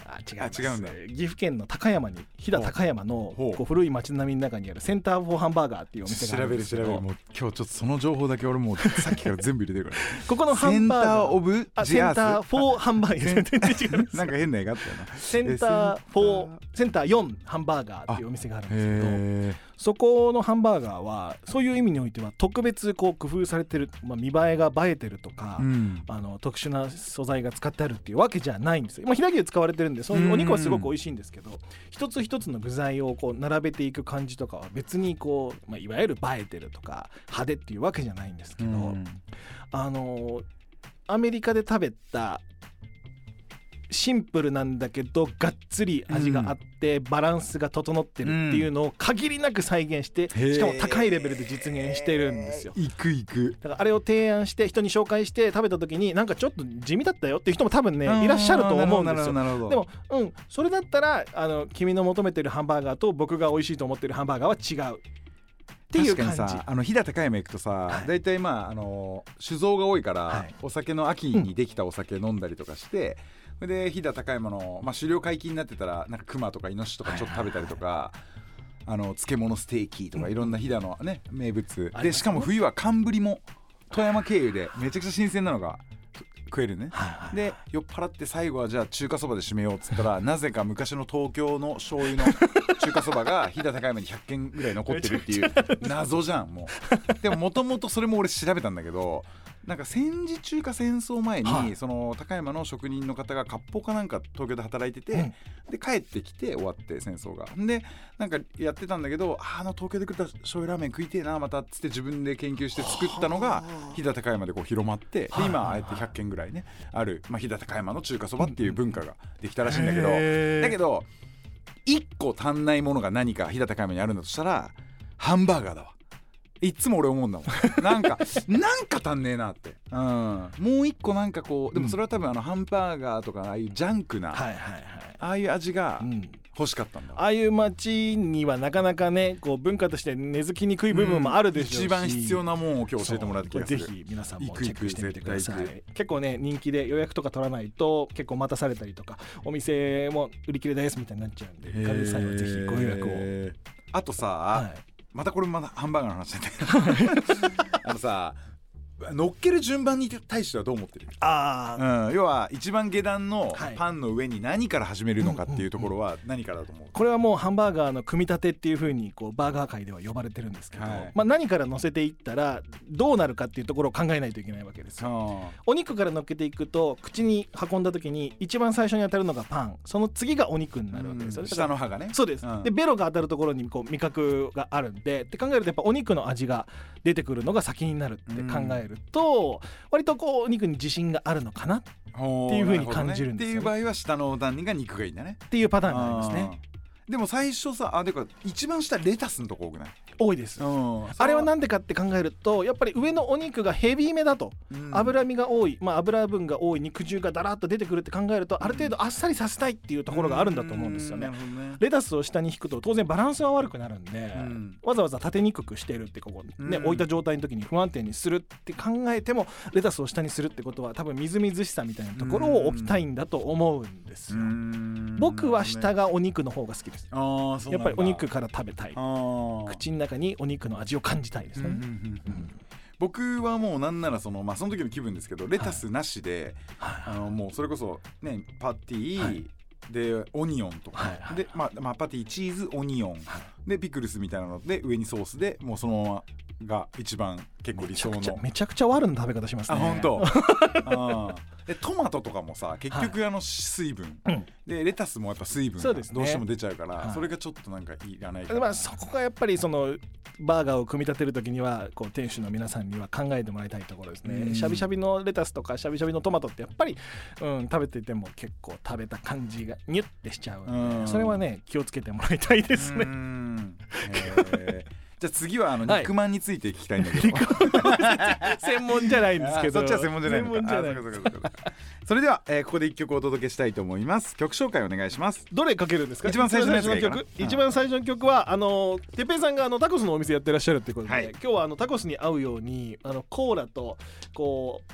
Speaker 4: あ違います。
Speaker 3: あ違うんだ。
Speaker 4: 岐阜県の高山に飛騨高山の
Speaker 3: ほう
Speaker 4: こう古い町並みの中にあるセンターフォーハンバーガーっていうお店があ
Speaker 3: 調べ
Speaker 4: るんですけど、
Speaker 3: る調べるもう今日ちょっとその情報だけ俺もうさっきから全部入れてるから
Speaker 4: ここのハンバーガー
Speaker 3: センターオブ
Speaker 4: あセン
Speaker 3: ジアース
Speaker 4: ターフォーハンバーガー全然違います
Speaker 3: なんか変な絵があったよな。
Speaker 4: センターフォーセンターよんハンバーガーっていうお店があるんですけど、
Speaker 3: へ
Speaker 4: そこのハンバーガーはそういう意味においては特別こう工夫されてる、まあ、見栄えが映えてるとか、
Speaker 3: ーうん
Speaker 4: あの特殊な素材が使ってあるっていうわけじゃないんですよ。まあ、飛騨牛使われてるんでそういうお肉はすごく美味しいんですけど、一つ一つの具材をこう並べていく感じとかは別にこう、まあ、いわゆる映えてるとか派手っていうわけじゃないんですけど、
Speaker 3: うん
Speaker 4: あのアメリカで食べたシンプルなんだけどがっつり味があってバランスが整ってるっていうのを限りなく再現してしかも高いレベルで実現してるんですよ。
Speaker 3: 行く行く。
Speaker 4: だからあれを提案して人に紹介して食べた時になんかちょっと地味だったよっていう人も多分ねいらっしゃると思うんですよ。
Speaker 3: なるほど。
Speaker 4: でもうんそれだったらあの君の求めてるハンバーガーと僕が美味しいと思ってるハンバーガーは違うっていう感じ。
Speaker 3: 確かにさあの飛騨高山行くとさ、
Speaker 4: はい
Speaker 3: だいたいまああの酒造が多いから、
Speaker 4: はい
Speaker 3: お酒の秋にできたお酒飲んだりとかして、それで飛騨高山の、まあ、狩猟解禁になってたらなんか熊とかイノシシとかちょっと食べたりとか、あの漬物ステーキとかいろんな飛騨のね名物
Speaker 4: ありますね
Speaker 3: で、しかも冬は寒ぶりも富山経由でめちゃくちゃ新鮮なのが食えるね。で酔っ払って最後はじゃあ中華そばで締めようっつったらなぜか昔の東京の醤油の中華そばが飛騨高山にひゃっけんぐらい残ってるっていう謎じゃん。もうでももともとそれも俺調べたんだけど、なんか戦時中か戦争前に、
Speaker 4: はい
Speaker 3: その高山の職人の方が割烹かなんか東京で働いてて、で帰ってきて終わって戦争がでなんかやってたんだけど、ああの東京で食った醤油ラーメン食いてえなまたっつって自分で研究して作ったのが飛騨高山でこう広まって、で今ああやってひゃっけんぐらいねある、まあ、飛騨高山の中華そばっていう文化ができたらしいんだけど、
Speaker 4: へー
Speaker 3: だけどいっこ足んないものが何か飛騨高山にあるんだとしたらハンバーガーだわ。いっつも俺思うんだもんなんかなんか足んねえなって、うん、もう一個なんかこうでもそれは多分あのハンバーガーとかああいうジャンクな、
Speaker 4: はいはいはい、
Speaker 3: ああいう味が
Speaker 4: うん
Speaker 3: 欲しかったんだ、
Speaker 4: ああいう街にはなかなかねこう文化として根付きにくい部分もあるでしょうし、
Speaker 3: 一番必要なもんを今日教えてもらった気がする。
Speaker 4: ぜひ皆さんも
Speaker 3: 行く行く
Speaker 4: チェックしてみてください。
Speaker 3: 絶対行
Speaker 4: 結構ね人気で予約とか取らないと結構待たされたりとかお店も売り切れですみたいになっちゃうんで、風さんはぜひご予約を。
Speaker 3: へーあとさ、
Speaker 4: はい
Speaker 3: またこれまだハンバーガーの話なんだけどあのさ乗っける順番に対してはどう思ってる？
Speaker 4: あー
Speaker 3: うん、要は一番下段の
Speaker 4: はい
Speaker 3: パンの上に何から始めるのかっていうところは何からだと思う？
Speaker 4: これはもうハンバーガーの組み立てっていう風にこうバーガー界では呼ばれてるんですけど、
Speaker 3: はい
Speaker 4: まあ、何から乗せていったらどうなるかっていうところを考えないといけないわけですよ。
Speaker 3: あ
Speaker 4: お肉から乗っけていくと口に運んだ時に一番最初に当たるのがパン、その次がお肉になるわけですよ、
Speaker 3: うん
Speaker 4: だから
Speaker 3: 下の歯がね。
Speaker 4: そうです、
Speaker 3: うん
Speaker 4: でベロが当たるところにこう味覚があるんでって考えるとやっぱお肉の味が出てくるのが先になるって考えると、割とこうお肉に自信があるのかなっ
Speaker 3: って
Speaker 4: いう風に感じるんですよね
Speaker 3: っていう場合は下の段にが肉がいいんだね。
Speaker 4: ていうパターンになりますね。
Speaker 3: あーでも最初さあでか一番下レタスのとこ多くない？
Speaker 4: 多いです。
Speaker 3: うん
Speaker 4: あれはなんでかって考えるとやっぱり上のお肉がヘビーめだと、
Speaker 3: うん
Speaker 4: 脂身が多い、まあ、油分が多い肉汁がだらっと出てくるって考えるとある程度あっさりさせたいっていうところがあるんだと思うんですよね。
Speaker 3: なるほどね。
Speaker 4: レタスを下に引くと当然バランスが悪くなるんで、
Speaker 3: うん
Speaker 4: わざわざ立てにくくしてるってここ、ね
Speaker 3: うん
Speaker 4: 置いた状態の時に不安定にするって考えてもレタスを下にするってことは多分みずみずしさみたいなところを置きたいんだと思うんですよ。僕は下がお肉の方が好きです。
Speaker 3: あーそうなんだ
Speaker 4: やっぱりお肉から食べたい、
Speaker 3: あー
Speaker 4: 口の中にお肉の味を感じたいですね。
Speaker 3: うんうんうんうん僕はもうなんならそのまあその時の気分ですけどレタスなしで、あのもうそれこそねパティ、
Speaker 4: はい
Speaker 3: でオニオンとか、
Speaker 4: はいはい
Speaker 3: で、まあ、まあパティチーズオニオン、でピクルスみたいなので上にソースでもうそのままが一番結構理想の
Speaker 4: めちゃくちゃめちゃくちゃ悪の食べ方しますね。
Speaker 3: あ本当あでトマトとかもさ結局あの水分、
Speaker 4: うん
Speaker 3: でレタスもやっぱ水分が
Speaker 4: そうですね
Speaker 3: どうしても出ちゃうから
Speaker 4: はい
Speaker 3: それがちょっとなんかいらないから、
Speaker 4: まあ、そこがやっぱりそのバーガーを組み立てる時にはこう店主の皆さんには考えてもらいたいところです
Speaker 3: うん
Speaker 4: ね。シャビシャビのレタスとかシャビシャビのトマトってやっぱり、うん、食べてても結構食べた感じがニュッてしちゃうんで、
Speaker 3: うん
Speaker 4: それはね気をつけてもらいたいです
Speaker 3: う
Speaker 4: ね。
Speaker 3: んへーじゃあ次はあの
Speaker 4: はい
Speaker 3: 肉まんについて聞きたいんだけど、
Speaker 4: 専門じゃないんですけど
Speaker 3: あそっちは専門じゃないのか
Speaker 4: 専門じゃない
Speaker 3: あそうかそうかそうかそれでは、えーここで一曲お届けしたいと思います。曲紹介お願いします。
Speaker 4: どれかけるんですか？
Speaker 3: 一番最初のやつがいいかな
Speaker 4: 曲
Speaker 3: うん
Speaker 4: 一番最初の曲はあのてっぺいさんがあのタコスのお店やってらっしゃるってことで、
Speaker 3: はい
Speaker 4: 今日はあのタコスに合うようにあのコーラとこう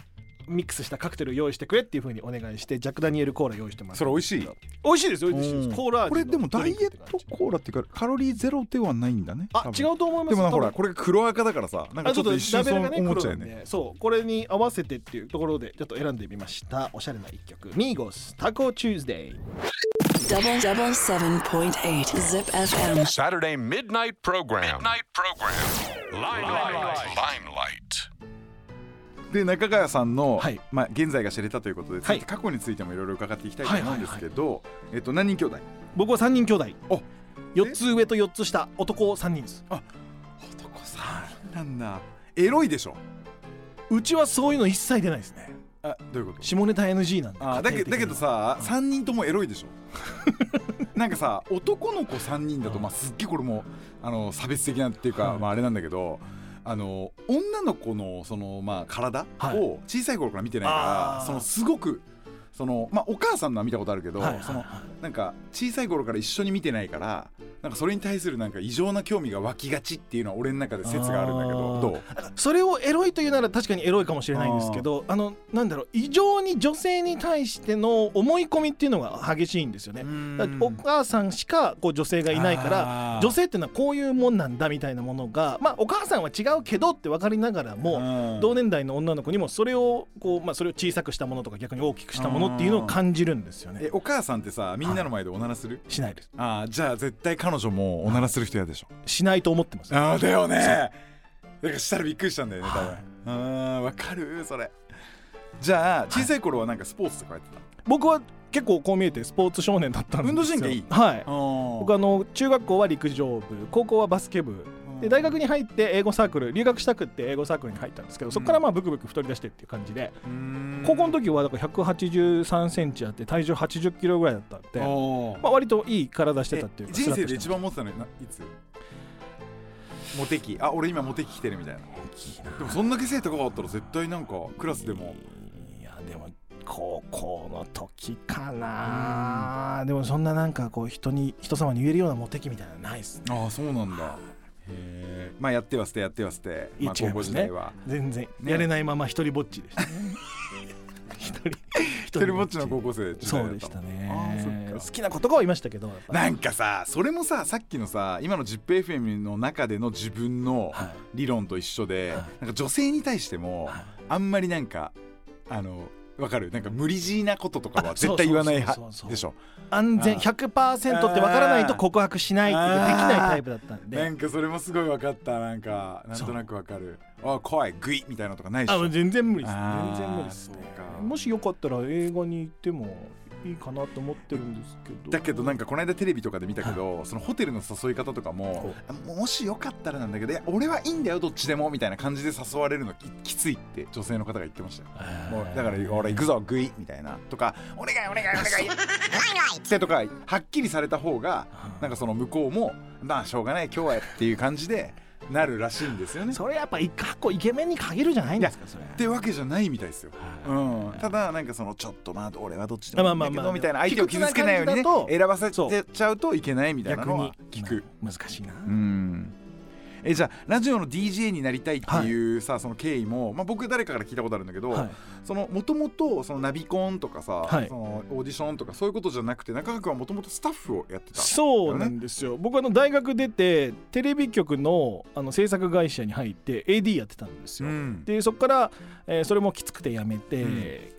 Speaker 4: ミックスしたカクテルを用意してくれっていう風にお願いしてジャックダニエルコーラ用意してます。
Speaker 3: それ美味しい？
Speaker 4: 美味しいですよ美味しいです。コーラ味の
Speaker 3: これでもダイエットコーラっていうかカロリーゼロではないんだね。
Speaker 4: あ違うと思います。
Speaker 3: でもなほらこれが黒赤だからさなんかちょっと一瞬そう思っちゃうよね。
Speaker 4: そうこれに合わせてっていうところでちょっと選んでみました。おしゃれな一曲ミーゴスタコチューズデイ
Speaker 1: Double double seven point eight Zip エフエム
Speaker 2: Saturday midnight program. Midnight program. Limelight. Limelight.
Speaker 3: で中川さんの、
Speaker 2: はい
Speaker 3: まあ、現在が知れたということで、
Speaker 4: はい、
Speaker 3: 過去についてもいろいろ伺っていきたいと思うんですけど、えっと、何人兄弟？
Speaker 4: 僕はさんにん兄弟。
Speaker 3: お
Speaker 4: よっつ上とよっつ下男さんにんです。
Speaker 3: あ男さんにんなんだ。エロいでしょ？
Speaker 4: うちはそういうの一切出ないですね。
Speaker 3: あどういうこと？
Speaker 4: 下ネタ エヌジー なんで。
Speaker 3: あだけだけどさ、うん、さんにんともエロいでしょなんかさ男の子さんにんだと、まあ、すっげえこれもあの差別的なっていうか、はいまあ、あれなんだけどあの女の子のその、まあ、体を小さい頃から見てないから、はい、そのすごくその、まあ、お母さんのは見たことあるけど、はいはいはい、そのなんか小さい頃から一緒に見てないからなんかそれに対するなんか異常な興味が湧きがちっていうのは俺の中で説があるんだけどどう？
Speaker 4: それをエロいというなら確かにエロいかもしれないんですけど あ, あのなんだろう異常に女性に対しての思い込みっていうのが激しいんですよね。だお母さんしかこう女性がいないから女性っていうのはこういうもんなんだみたいなものが、まあ、お母さんは違うけどって分かりながらも同年代の女の子にもそれをこう、まあ、それを小さくしたものとか逆に大きくしたものっていうのを感じるんですよね。
Speaker 3: えお母さんってさみんなの前でおならする？
Speaker 4: しないです。
Speaker 3: あじゃあ絶対彼女もおならする人嫌でしょ？
Speaker 4: しないと思ってます。
Speaker 3: あだよね。だからしたらびっくりしたんだよね多分。あわかるそれ。じゃあ小さい頃はなんかスポーツとかやってた？
Speaker 4: 僕は結構こう見えてスポーツ少年だったんですよ。
Speaker 3: 運動神経いい？
Speaker 4: はい。僕あの中学校は陸上部高校はバスケ部で大学に入って英語サークル留学したくって英語サークルに入ったんですけど、そこからまあブクブク太り出してっていう感じで、高校の時はだからひゃくはちじゅうさんセンチあって体重はちじゅっキロぐらいだったんで、まあ割といい体してたっていうか。
Speaker 3: 人生で一番持ってたのいつ？モテ期。あ俺今モテ期来てるみたいな。でもそんだけ背高かったら絶対なんかクラスでも。
Speaker 4: いやでも高校の時かな。でもそんななんかこう人に人様に言えるようなモテ期みたいなのないですね。
Speaker 3: ああそうなんだ。へまあやっては捨てやっては捨て、まあ、高校時代は、
Speaker 4: ね、全然やれないまま一人ぼっちでしたね一人
Speaker 3: 一人ぼっちの高校生時代だった。
Speaker 4: そうでしたね。好きな子とかはいましたけど
Speaker 3: なんかさそれもささっきのさ今の ジップエフエム の中での自分の理論と一緒で、はい、なんか女性に対しても、はい、あんまりなんかあのわかるなんか無理強いなこととかは絶対言わない派でしょ。
Speaker 4: 安全 ひゃくパーセント って分からないと告白しないってできないタイプだったんで。
Speaker 3: なんかそれもすごい分かった。なんかなんとなく分かる。あ怖いグイみたいなとかないでしょ。
Speaker 4: あ全然無理です全然無理ですね。もしよかったら映画に行ってもいいかなと思ってるんですけど。
Speaker 3: だけどなんかこの間テレビとかで見たけど、はい、そのホテルの誘い方とかももしよかったらなんだけどいや俺はいいんだよどっちでもみたいな感じで誘われるの き, きついって女性の方が言ってましたよ。もうだから俺行くぞグイみたいなとかお願いお願いお願いってとかはっきりされた方がなんかその向こうもまあしょうがない今日はっていう感じでなるらしいんですよね。
Speaker 4: それやっぱ一個イケメンに限るじゃないんですかそれ。
Speaker 3: ってわけじゃないみたいですよ、うん、ただなんかそのちょっとまあ俺はどっちでもいいんだけどみたいな相手を傷つけないようにね選ばせちゃうといけないみたいなのは聞く。
Speaker 4: 難しいな。
Speaker 3: うんえじゃあラジオの ディージェー になりたいっていうさ、はい、その経緯も、まあ、僕誰かから聞いたことあるんだけど、はい、そのもともとそのナビコンとかさ、はい、そのオーディションとかそういうことじゃなくて中川君はもともとスタッフをやってた、ね、
Speaker 4: そうなんですよ。僕はあの大学出てテレビ局 の, あの制作会社に入って エーディー やってたんですよ、うん、でそこから、えー、それもきつくて辞めて、うん、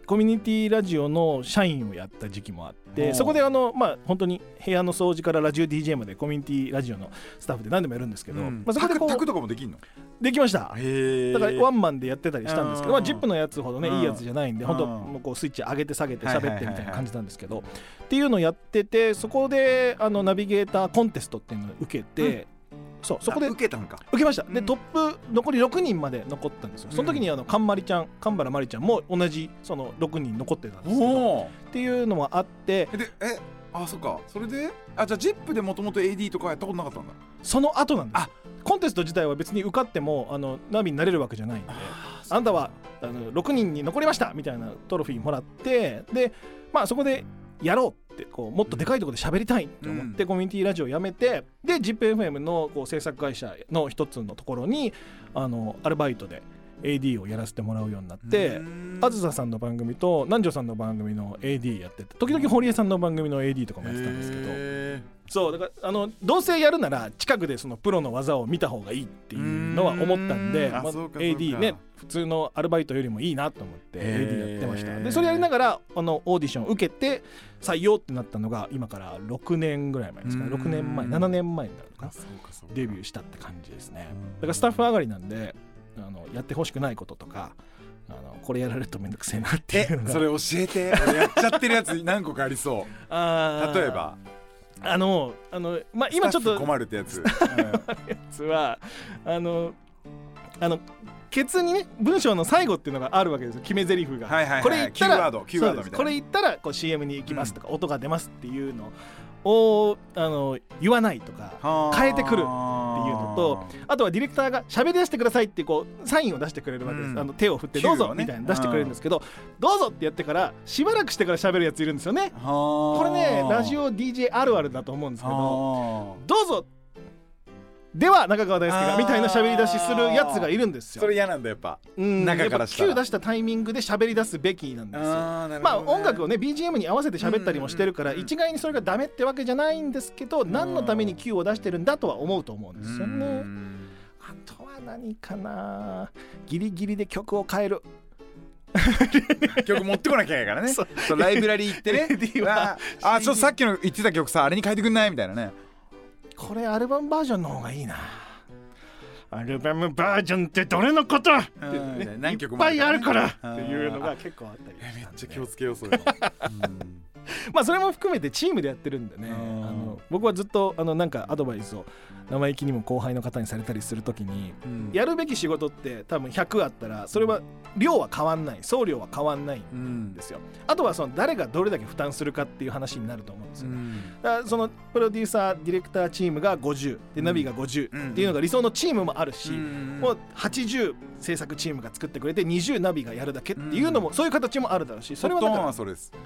Speaker 4: コミュニティラジオの社員をやった時期もあって、そこであの、まあ、本当に部屋の掃除からラジオ ディージェー までコミュニティラジオのスタッフで何でもやるんですけど、うんまあ、そこでこう
Speaker 3: タクとかもできんの？
Speaker 4: できました。へだからワンマンでやってたりしたんですけど、まあ、ジップのやつほどねいいやつじゃないんで本当もうこうスイッチ上げて下げて喋ってみたいな感じなんですけど、っていうのをやっててそこであのナビゲーターコンテストっていうのを受けて、うんそうそこで
Speaker 3: 受けたんか
Speaker 4: 受けました。で、うん、トップ残りろくにんまで残ったんですよ。その時にあのカンマリちゃん神原まりちゃんも同じそのろくにん残ってたんですけどっていうのもあって
Speaker 3: でえあそっかそれであじゃあ ジップ でもともと エーディー とかやったことなかったんだ。
Speaker 4: その後なんです。あコンテスト自体は別に受かってもあのナビになれるわけじゃないんで あ, あんたはあのろくにんに残りましたみたいなトロフィーもらってでまあそこでやろうってこうもっとでかいところで喋りたいと思って、うん、コミュニティラジオをやめてで ジップエフエム のこう制作会社の一つのところにあのアルバイトで、 エーディー をやらせてもらうようになって、あずささんの番組と南條さんの番組の エーディー やってて、時々堀江さんの番組の エーディー とかもやってたんですけど、そうだからあのどうせやるなら近くでそのプロの技を見た方がいいっていうのは思ったんで、まあ、エーディー ね普通のアルバイトよりもいいなと思って エーディー やってました。でそれやりながらあのオーディションを受けて採用ってなったのが今からろくねんぐらい前ですかね。ろくねんまえななねんまえになるのかな、デビューしたって感じですね。だからスタッフ上がりなんであのやってほしくないこととかあのこれやられるとめんどくせえなっていうのが、
Speaker 3: それ教えて。俺やっちゃってるやつ何個かありそう。あ例えば
Speaker 4: あのあの、まあ、今ちょっと
Speaker 3: 困るってやつ、うん、
Speaker 4: やつはあのあのケツにね文章の最後っていうのがあるわけですよ、決め台詞が、はいはいはい、これ言ったらキーワード、キーワードみたいな、これ言ったらこう シーエム に行きますとか、うん、音が出ますっていうのをあの言わないとか変えてくるっていうのと、あとはディレクターが喋り出してくださいってこうサインを出してくれるわけです、うん、あの手を振ってどうぞみたいなの出してくれるんですけど、どうぞってやってからしばらくしてから喋るやついるんですよね。これねラジオ ディージェー あるあるだと思うんですけど、どうぞでは中川大輔がみたいな喋り出しするやつがいるんですよ。
Speaker 3: それ嫌なんだやっぱ、
Speaker 4: うん、
Speaker 3: 中からしたら
Speaker 4: Q 出したタイミングで喋り出すべきなんですよ。あ、ね、まあ音楽をね ビージーエム に合わせて喋ったりもしてるから、うんうんうん、一概にそれがダメってわけじゃないんですけど、何のために Q を出してるんだとは思うと思うんですよね。あとは何かな、ギリギリで曲を変える
Speaker 3: 曲持ってこなきゃいけないからね。そうそうライブラリー行ってねああちょっとさっきの言ってた曲さあれに変えてくんないみたいなね。
Speaker 4: これアルバムバージョンの方がいいな。アルバムバージョンってどれのことって、ね、何曲もあるからね、いっぱいあるからっていうのが結構あったり、
Speaker 3: めっちゃ気をつけようそれ、うん、
Speaker 4: まあそれも含めてチームでやってるんでね、あの僕はずっとあのなんかアドバイスを生意気にも後輩の方にされたりするときに、うん、やるべき仕事って多分ひゃくあったらそれは量は変わんない、送料は変わんないんですよ、うん、あとはその誰がどれだけ負担するかっていう話になると思うんですよ、うん、だからそのプロデューサーディレクターチームがごじゅうでナビがごじゅうっていうのが理想のチームもあるし、うん、もうはちじゅう制作チームが作ってくれてにじゅうナビがやるだけっていうのも、うん、そういう形もあるだろうし、それはだから
Speaker 3: それです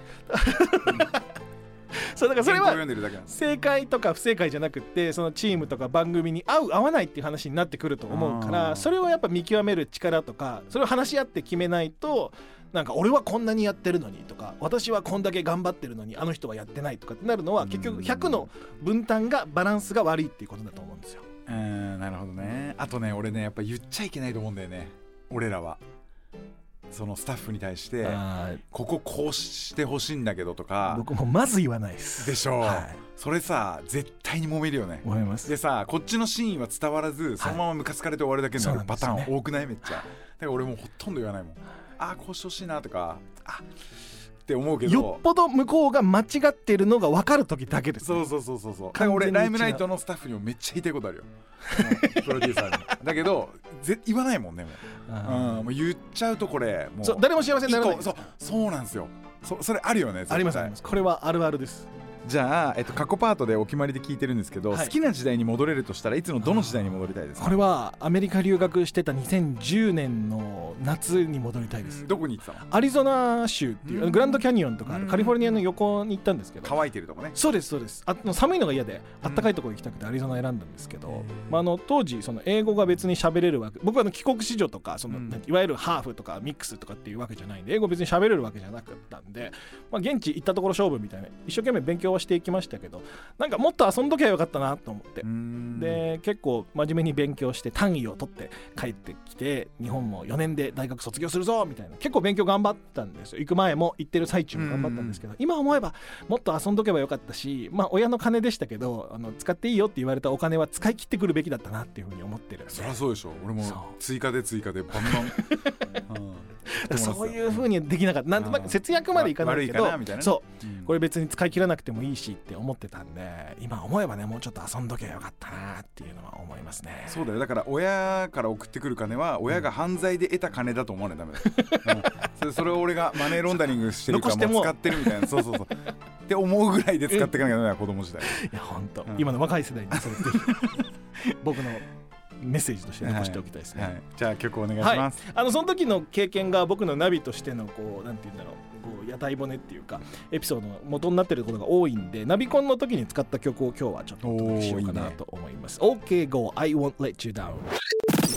Speaker 4: そうだからそれは正解とか不正解じゃなくってそのチームとか番組に合う合わないっていう話になってくると思うから、それをやっぱ見極める力とかそれを話し合って決めないと、なんか俺はこんなにやってるのにとか私はこんだけ頑張ってるのにあの人はやってないとかってなるのは結局ひゃくの分担がバランスが悪いっていうことだと思うんですよ。
Speaker 3: うーんなるほどね。あとね俺ねやっぱ言っちゃいけないと思うんだよね、俺らは。そのスタッフに対してこここうしてほしいんだけどとか
Speaker 4: 僕もまず言わないです
Speaker 3: でしょう、はい、それさ絶対に揉めるよね。
Speaker 4: 揉めます。
Speaker 3: でさこっちのシーンは伝わらずそのままムカつかれて終わるだけになるパターン多くない？めっちゃ。だから俺もうほとんど言わないもん。あこうしてほしいなとかあって思うけど、
Speaker 4: よっぽど向こうが間違ってるのが分かる時だけです、
Speaker 3: ね、そうそうそうそう。だから俺ライムナイトのスタッフにもめっちゃ言いたいことあるよプロデューサーにだけどぜ言わないもんねもう、うん、もう言っちゃうとこれもう
Speaker 4: そう誰も幸せにならない。
Speaker 3: そうそうなんですよ。 そ, それあるよね。
Speaker 4: ありますあります。これはあるあるです。
Speaker 3: じゃあ、えっと、過去パートでお決まりで聞いてるんですけど、はい、好きな時代に戻れるとしたらいつのどの時代に戻りたいですか？
Speaker 4: これはアメリカ留学してたにせんじゅうねんの夏に戻りたいです。
Speaker 3: どこに行ってたの？
Speaker 4: アリゾナ州っていうグランドキャニオンとかあるカリフォルニアの横に行ったんですけど、
Speaker 3: 乾いてるとこね。
Speaker 4: そうですそうです。あ寒いのが嫌であったかいところ行きたくてアリゾナ選んだんですけど、まあ、あの当時その英語が別に喋れるわけ、僕はあの帰国子女とかその、うん、いわゆるハーフとかミックスとかっていうわけじゃないんで英語別に喋れるわけじゃなかったんで、まあ、現地行ったところ勝負みたいな一生懸命勉強はしていきましたけど、なんかもっと遊んどきゃよかったなと思って、で結構真面目に勉強して単位を取って帰ってきて日本もよねんで大学卒業するぞみたいな結構勉強頑張ったんですよ。行く前も行ってる最中も頑張ったんですけど、今思えばもっと遊んどけばよかったし、まあ親の金でしたけどあの使っていいよって言われたお金は使い切ってくるべきだったなっていうふうに思ってるんで。
Speaker 3: そりゃそうでしょ。俺も追加で追加でバンバン、
Speaker 4: うん、そういう風にできなかった。なんとなく節約までいかないけど、
Speaker 3: みたいな
Speaker 4: そう、うん、これ別に使い切らなくてもいいしって思ってたんで、今思えばねもうちょっと遊んどけばよかったなっていうのは思いますね。
Speaker 3: そうだよ。だから親から送ってくる金は親が犯罪で得た金だと思わないとダメだ、うん、そ, れそれを俺がマネーロンダリングしてるからもう使ってるみたいなそうそうそうって思うぐらいで使っていかなきゃダメだ子供時代。い
Speaker 4: や本当、うん、今の若い世代にそれって僕のメッセージとして残しておきたいですね、
Speaker 3: はいはい、じゃあ曲お願いします、
Speaker 4: はい、あのその時の経験が僕のナビとしてのこうなんていうんだろうこう屋台骨っていうかエピソードの元になっていることが多いんで、ナビコンの時に使った曲を今日はちょっとお届けしようかなと思います。 OK Go I Won't Let You Down。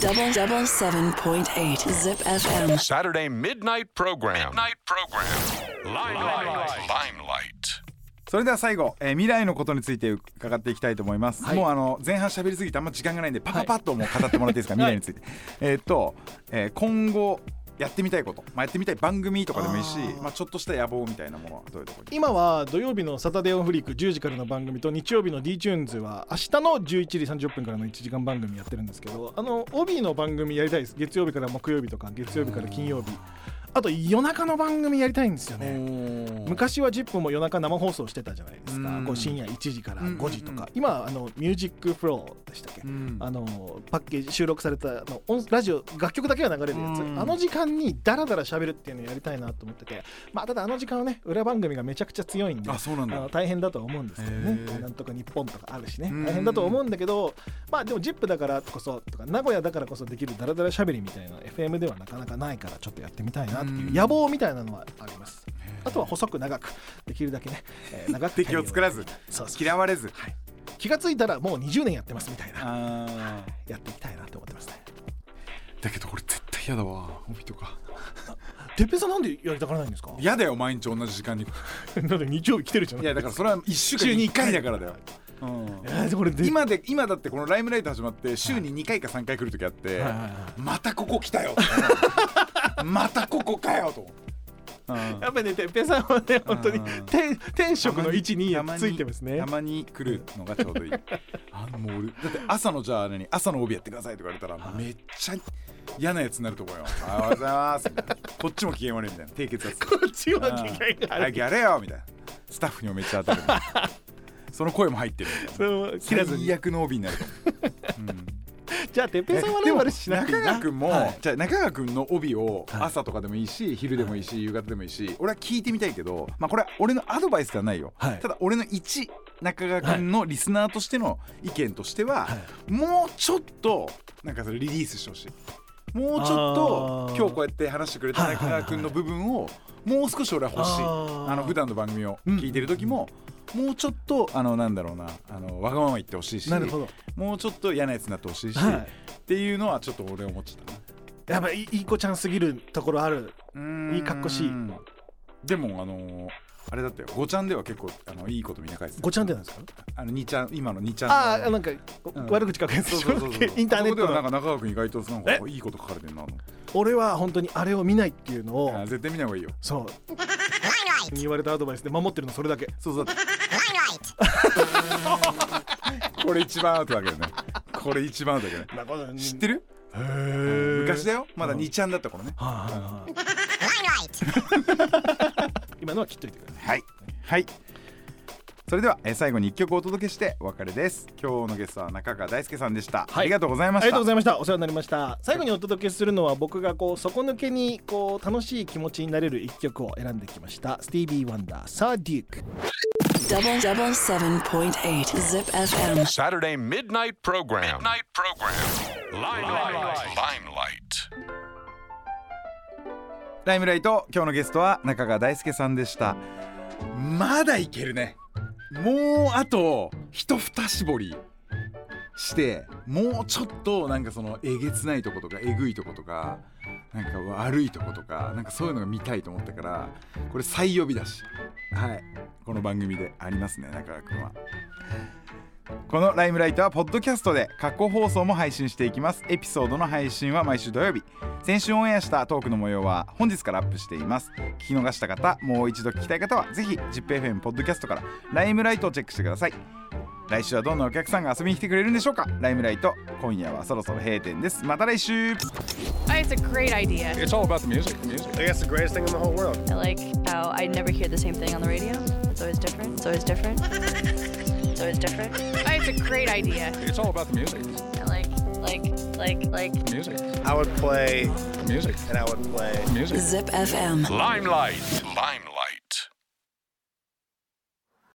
Speaker 1: Double double seven point eight Zip エフエム
Speaker 2: Saturday midnight program. Midnight program. Limelight. Limelight.
Speaker 3: それでは最後、えー未来のことについて伺っていきたいと思います、
Speaker 4: はい、
Speaker 3: もうあの前半喋りすぎてあんま時間がないんでパパパッともう語ってもらっていいですか、はい、未来について、えー、っと、えー、今後やってみたいこと、まあ、やってみたい番組とかでもいいし、まあ、ちょっとした野望みたいなものはどういうところに。
Speaker 4: 今は土曜日のサタデーオンフリークじゅうじからの番組と日曜日の D チューンズは明日のじゅういちじさんじゅっぷんからのいちじかん番組やってるんですけど、あの帯の番組やりたいです。月曜日から木曜日とか月曜日から金曜日、あと夜中の番組やりたいんですよね。昔は ジップ も夜中生放送してたじゃないですか。こう深夜いちじからごじとか、今あのミュージックフローでしたっけ、あのパッケージ収録されたあの音ラジオ楽曲だけが流れるやつ、あの時間にダラダラ喋るっていうのをやりたいなと思ってて、まあただあの時間はね裏番組がめちゃくちゃ強いんで、
Speaker 3: あ、そうなんだ。
Speaker 4: あの大変だとは思うんですけどね。なんとか日本とかあるしね、大変だと思うんだけど、まあでも ジップ だからこそとか名古屋だからこそできるダラダラ喋りみたいな エフエム ではなかなかないから、ちょっとやってみたいなっていう野望みたいなのはあります。あとは細く長くできるだけね、えー、長く
Speaker 3: 敵を作らず、そうそう嫌われず、はい、
Speaker 4: 気がついたらもうにじゅうねんやってますみたいな、あやっていきたいなと思ってますね。
Speaker 3: だけどこれ絶対嫌だわ、帯とか。
Speaker 4: てっぺいさんなんでやりたがらないんですか。
Speaker 3: 嫌だよ、毎日同じ時間に。
Speaker 4: だって日曜日来てるじゃん。
Speaker 3: いやだからそれはいっしゅうかんにいっかいだからだよ。うん、えー、これで今で今だってこのライムライト始まって週ににかいかさんかい来る時あって、はいはいはい、またここ来たよまたここかよと思って、うん、やっぱりね、てっぺいさんはね本当に天天職の位置についてますね。 たまに来るのがちょうどいいあのもう俺だって朝のじゃあ何朝の帯やってくださいとか言われたら、はい、めっちゃ嫌なやつになると思うよ。おはようございますみたいなこっちも機嫌悪いみたいな、低血圧
Speaker 4: こっちは機嫌悪い、
Speaker 3: 早くやれよみたいな、スタッフにもめっちゃ当たるその声も入ってるみたいな、切らずに最悪の帯になると思う、うん、じゃあてっぺいさんはライバルしなくていいな。中川くんも、はい、じゃあ中川くんの帯を朝とかでもいいし、はい、昼でもいいし、夕方でもいいし、俺は聞いてみたいけど、まあこれは俺のアドバイスではないよ、はい、ただ俺の一中川くんのリスナーとしての意見としては、はい、もうちょっとなんかそれリリースしてほしい。もうちょっと今日こうやって話してくれた中川くんの部分をもう少し俺は欲しい。ああの普段の番組を聞いてる時も、うん、もうちょっとあのなんだろうな、あのわがまま言ってほしいし、なるほど、もうちょっと嫌なやつになってほしいし、はい、っていうのはちょっと俺思っちゃったな。
Speaker 4: やっぱいいい子ちゃんすぎるところある。いいかっこしい。
Speaker 3: でもあのー、あれだったよ、ごちゃんでは結構あのいいことみんな書いてた。
Speaker 4: ごちゃんってなんですか。あ
Speaker 3: のにちゃん、今のにちゃん。
Speaker 4: ああ、なんか、うん、悪口書くやつでしょ。インターネット
Speaker 3: ではなんか中川くん意外となんかいいこと書かれてるな。
Speaker 4: 俺は本当にあれを見ないっていうのを
Speaker 3: 絶対見ない方がいいよ。
Speaker 4: そう言われたアドバイスで守ってるのそれだけ。
Speaker 3: そうそうこれ一番アウトだけどね。これ一番アウトだけどね。知ってる？へー、昔だよ、まだにちゃんだった頃ね。
Speaker 4: 今のは切っといてください。
Speaker 3: はいはい。それでは、えー、最後にいっきょくお届けしてお別れです。今日のゲストは中川大輔さんでした、はい、ありがとうございました。
Speaker 4: ありがとうございました。お世話になりました。最後にお届けするのは僕がこう底抜けにこう楽しい気持ちになれるいっきょくを選んできました。スティービー・ワンダー、サー・デューク。
Speaker 1: Double double seven point eight Zip エフエム
Speaker 2: Saturday midnight program. Midnight program. Limelight. Limelight.
Speaker 3: ライムライト、今日のゲストは中川大輔さんでした。まだいけるね。もうあと一二絞りしてもうちょっとなんかそのえげつないとことかえぐいとことかなんか悪いとことかなんかそういうのが見たいと思ったから、これ再呼びだし、はい、この番組でありますね。中川くんはこのライムライトはポッドキャストで過去放送も配信していきます。エピソードの配信は毎週土曜日。先週オンエアしたトークの模様は本日からアップしています。聞き逃した方、もう一度聞きたい方はぜひ ジップエフエム ポッドキャストからライムライトをチェックしてください。来週はどんなお客さんが遊びに来てくれるんでしょうか。ライムライト、今夜はそろそろ閉店です。また来週。
Speaker 5: It's a great idea.
Speaker 2: It's all about the music. The music.
Speaker 6: I guess the greatest thing in the whole world.
Speaker 5: I like how I never hear the same thing on the radio. It's always different. It's always different. It's always different. It's a great idea.
Speaker 2: It's all about the music.
Speaker 5: I like, like, like, like
Speaker 2: music.
Speaker 6: I would play
Speaker 2: music,
Speaker 6: and I would play
Speaker 2: music.
Speaker 1: Zip エフエム
Speaker 2: Limelight. Limelight.